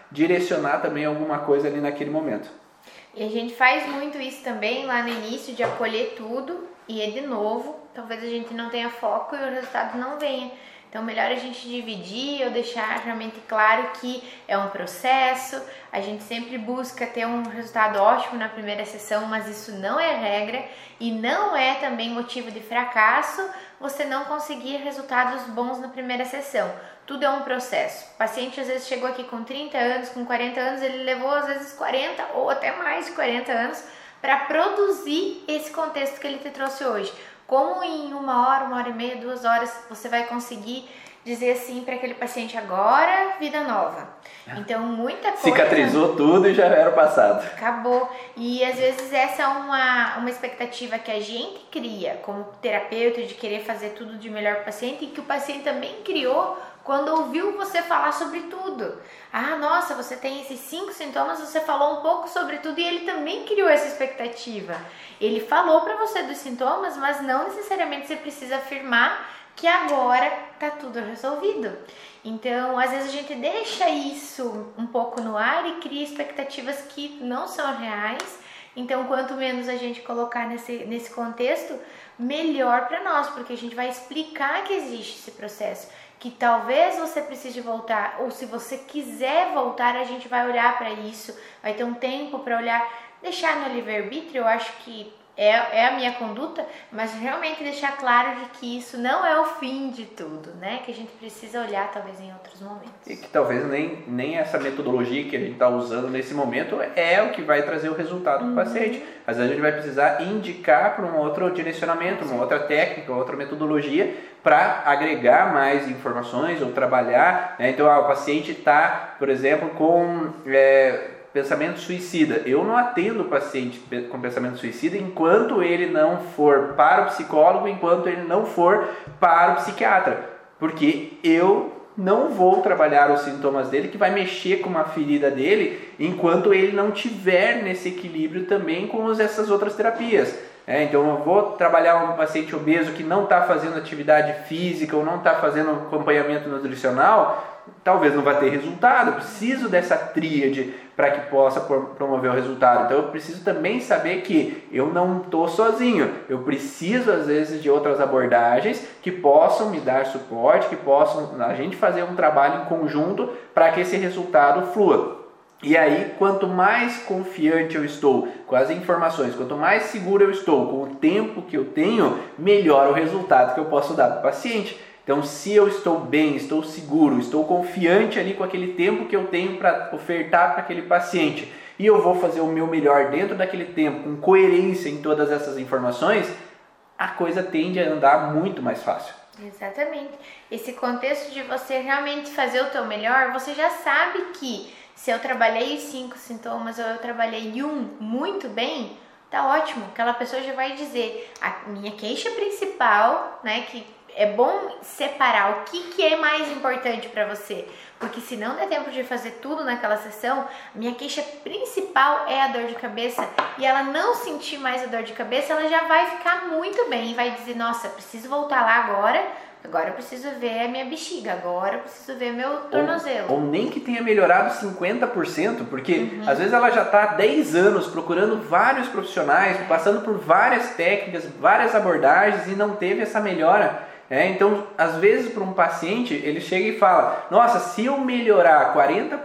direcionar também alguma coisa ali naquele momento. E a gente faz muito isso também lá no início, de acolher tudo e de novo, talvez a gente não tenha foco e o resultado não venha. Então, melhor a gente dividir ou deixar realmente claro que é um processo, a gente sempre busca ter um resultado ótimo na primeira sessão, mas isso não é regra e não é também motivo de fracasso você não conseguir resultados bons na primeira sessão. Tudo é um processo. O paciente às vezes chegou aqui com 30 anos, com 40 anos, ele levou às vezes 40 ou até mais de 40 anos para produzir esse contexto que ele te trouxe hoje. Como em 1 hora e meia, 2 horas, você vai conseguir dizer assim para aquele paciente: agora, vida nova. Então, muita coisa... Cicatrizou tudo e já era o passado. Acabou. E às vezes essa é uma expectativa que a gente cria como terapeuta, de querer fazer tudo de melhor para o paciente, e que o paciente também criou quando ouviu você falar sobre tudo. Ah, nossa, você tem esses 5 sintomas, você falou um pouco sobre tudo, e ele também criou essa expectativa. Ele falou para você dos sintomas, mas não necessariamente você precisa afirmar que agora tá tudo resolvido. Então, às vezes a gente deixa isso um pouco no ar e cria expectativas que não são reais. Então, quanto menos a gente colocar nesse contexto, melhor para nós, porque a gente vai explicar que existe esse processo, que talvez você precise voltar, ou se você quiser voltar, a gente vai olhar para isso, vai ter um tempo para olhar, deixar no livre-arbítrio. Eu acho que é a minha conduta, mas realmente deixar claro de que isso não é o fim de tudo, né? Que a gente precisa olhar talvez em outros momentos. E que talvez nem essa metodologia que a gente está usando nesse momento é o que vai trazer o resultado para o paciente. Às vezes a gente vai precisar indicar para um outro direcionamento, uma outra técnica, outra metodologia para agregar mais informações ou trabalhar, né? Então, o paciente está, por exemplo, com... pensamento suicida. Eu não atendo o paciente com pensamento suicida enquanto ele não for para o psicólogo, enquanto ele não for para o psiquiatra, porque eu não vou trabalhar os sintomas dele, que vai mexer com uma ferida dele, enquanto ele não tiver nesse equilíbrio também com essas outras terapias. Então eu vou trabalhar um paciente obeso que não está fazendo atividade física ou não está fazendo acompanhamento nutricional, talvez não vai ter resultado. Eu preciso dessa tríade para que possa promover o resultado. Então eu preciso também saber que eu não estou sozinho. Eu preciso às vezes de outras abordagens que possam me dar suporte, que possam a gente fazer um trabalho em conjunto para que esse resultado flua. E aí, quanto mais confiante eu estou com as informações, quanto mais seguro eu estou com o tempo que eu tenho, melhor o resultado que eu posso dar para o paciente. Então, se eu estou bem, estou seguro, estou confiante ali com aquele tempo que eu tenho para ofertar para aquele paciente, e eu vou fazer o meu melhor dentro daquele tempo, com coerência em todas essas informações, a coisa tende a andar muito mais fácil. Exatamente. Esse contexto de você realmente fazer o teu melhor, você já sabe que se eu trabalhei os 5 sintomas ou eu trabalhei um muito bem, tá ótimo. Aquela pessoa já vai dizer: a minha queixa principal, né, que é bom separar o que é mais importante para você, porque se não der tempo de fazer tudo naquela sessão, minha queixa principal é a dor de cabeça, e ela não sentir mais a dor de cabeça, ela já vai ficar muito bem e vai dizer: nossa, preciso voltar lá agora eu preciso ver a minha bexiga, agora eu preciso ver meu tornozelo. Ou nem que tenha melhorado 50%, porque às vezes ela já está há 10 anos procurando vários profissionais, passando por várias técnicas, várias abordagens e não teve essa melhora. Então, às vezes, para um paciente, ele chega e fala: nossa, se eu melhorar 40%,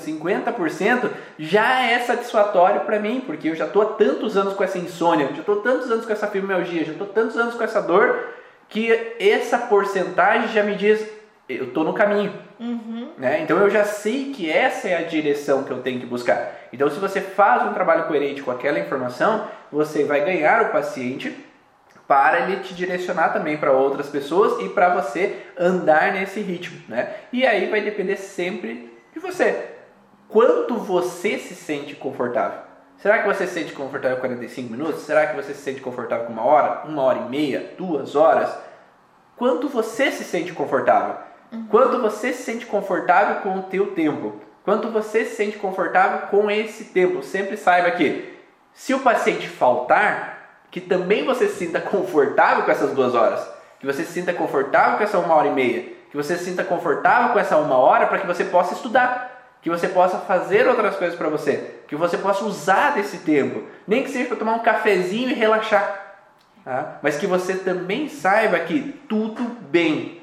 50%, já é satisfatório para mim, porque eu já estou há tantos anos com essa insônia, já estou há tantos anos com essa fibromialgia, já estou há tantos anos com essa dor, que essa porcentagem já me diz: eu estou no caminho. Então, eu já sei que essa é a direção que eu tenho que buscar. Então, se você faz um trabalho coerente com aquela informação, você vai ganhar o paciente para ele te direcionar também para outras pessoas e para você andar nesse ritmo, né? E aí vai depender sempre de você. Quanto você se sente confortável? Será que você se sente confortável com 45 minutos? Será que você se sente confortável com 1 hora? 1 hora e meia? 2 horas? Quanto você se sente confortável? Quanto você se sente confortável com o teu tempo? Quanto você se sente confortável com esse tempo? Sempre saiba que se o paciente faltar, que também você se sinta confortável com essas 2 horas, que você se sinta confortável com essa 1 hora e meia, que você se sinta confortável com essa 1 hora para que você possa estudar. que você possa fazer outras coisas para você, que você possa usar desse tempo, nem que seja para tomar um cafezinho e relaxar, tá? Mas que você também saiba que tudo bem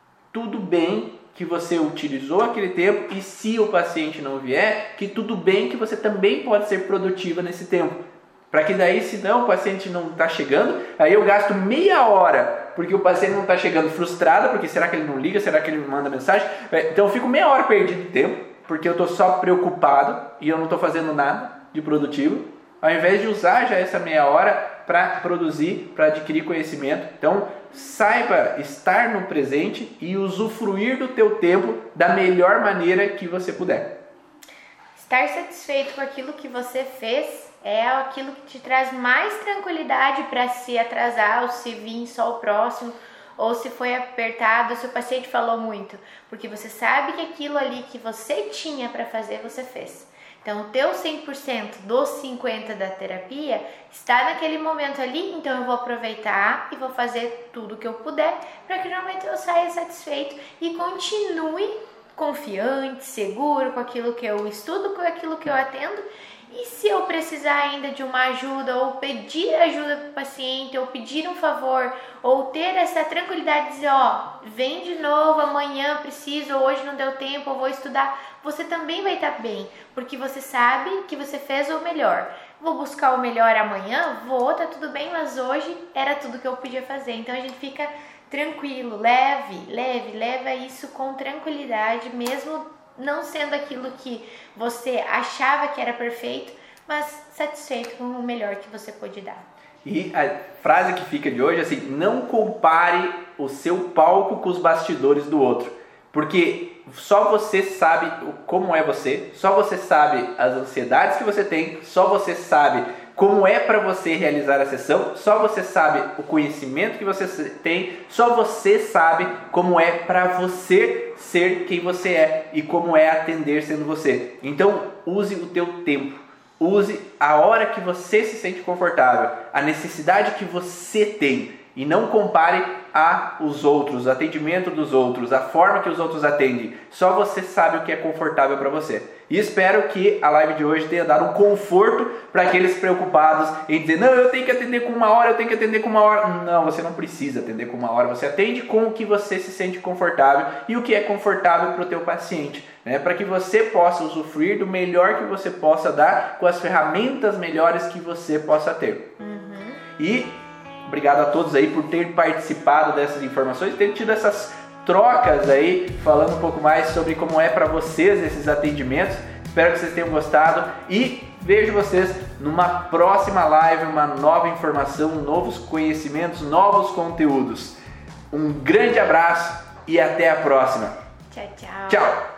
que você utilizou aquele tempo, e se o paciente não vier, que tudo bem que você também pode ser produtiva nesse tempo. Para que daí, se não, o paciente não está chegando, aí eu gasto meia hora, porque o paciente não está chegando frustrado, porque será que ele não liga, será que ele me manda mensagem? Então eu fico meia hora perdido de tempo, porque eu estou só preocupado e eu não estou fazendo nada de produtivo, ao invés de usar já essa meia hora para produzir, para adquirir conhecimento. Então saiba estar no presente e usufruir do teu tempo da melhor maneira que você puder. Estar satisfeito com aquilo que você fez é aquilo que te traz mais tranquilidade para se atrasar ou se vir só o próximo, ou se foi apertado, ou se o paciente falou muito, porque você sabe que aquilo ali que você tinha para fazer, você fez. Então, o teu 100% dos 50% da terapia está naquele momento ali, então eu vou aproveitar e vou fazer tudo o que eu puder para que realmente eu saia satisfeito e continue confiante, seguro com aquilo que eu estudo, com aquilo que eu atendo. E se eu precisar ainda de uma ajuda, ou pedir ajuda para o paciente, ou pedir um favor, ou ter essa tranquilidade de dizer, vem de novo, amanhã preciso, ou hoje não deu tempo, eu vou estudar, você também vai estar bem, porque você sabe que você fez o melhor. Vou buscar o melhor amanhã? Vou, tá tudo bem, mas hoje era tudo que eu podia fazer. Então a gente fica tranquilo, leva isso com tranquilidade, mesmo não sendo aquilo que você achava que era perfeito, mas satisfeito com o melhor que você pôde dar. E a frase que fica de hoje é assim: não compare o seu palco com os bastidores do outro, porque só você sabe como é você, só você sabe as ansiedades que você tem, só você sabe como é para você realizar a sessão, só você sabe o conhecimento que você tem, só você sabe como é para você ser quem você é e como é atender sendo você. Então use o teu tempo, use a hora que você se sente confortável, a necessidade que você tem, e não compare os outros, o atendimento dos outros, a forma que os outros atendem. Só você sabe o que é confortável para você. E espero que a live de hoje tenha dado um conforto para aqueles preocupados em dizer, não, eu tenho que atender com 1 hora, eu tenho que atender com 1 hora. Não, você não precisa atender com 1 hora, você atende com o que você se sente confortável e o que é confortável para o teu paciente, né? Para que você possa usufruir do melhor que você possa dar com as ferramentas melhores que você possa ter. E obrigado a todos aí por ter participado dessas informações, ter tido essas trocas aí, falando um pouco mais sobre como é para vocês esses atendimentos. Espero que vocês tenham gostado e vejo vocês numa próxima live, uma nova informação, novos conhecimentos, novos conteúdos. Um grande abraço e até a próxima. Tchau, tchau. Tchau.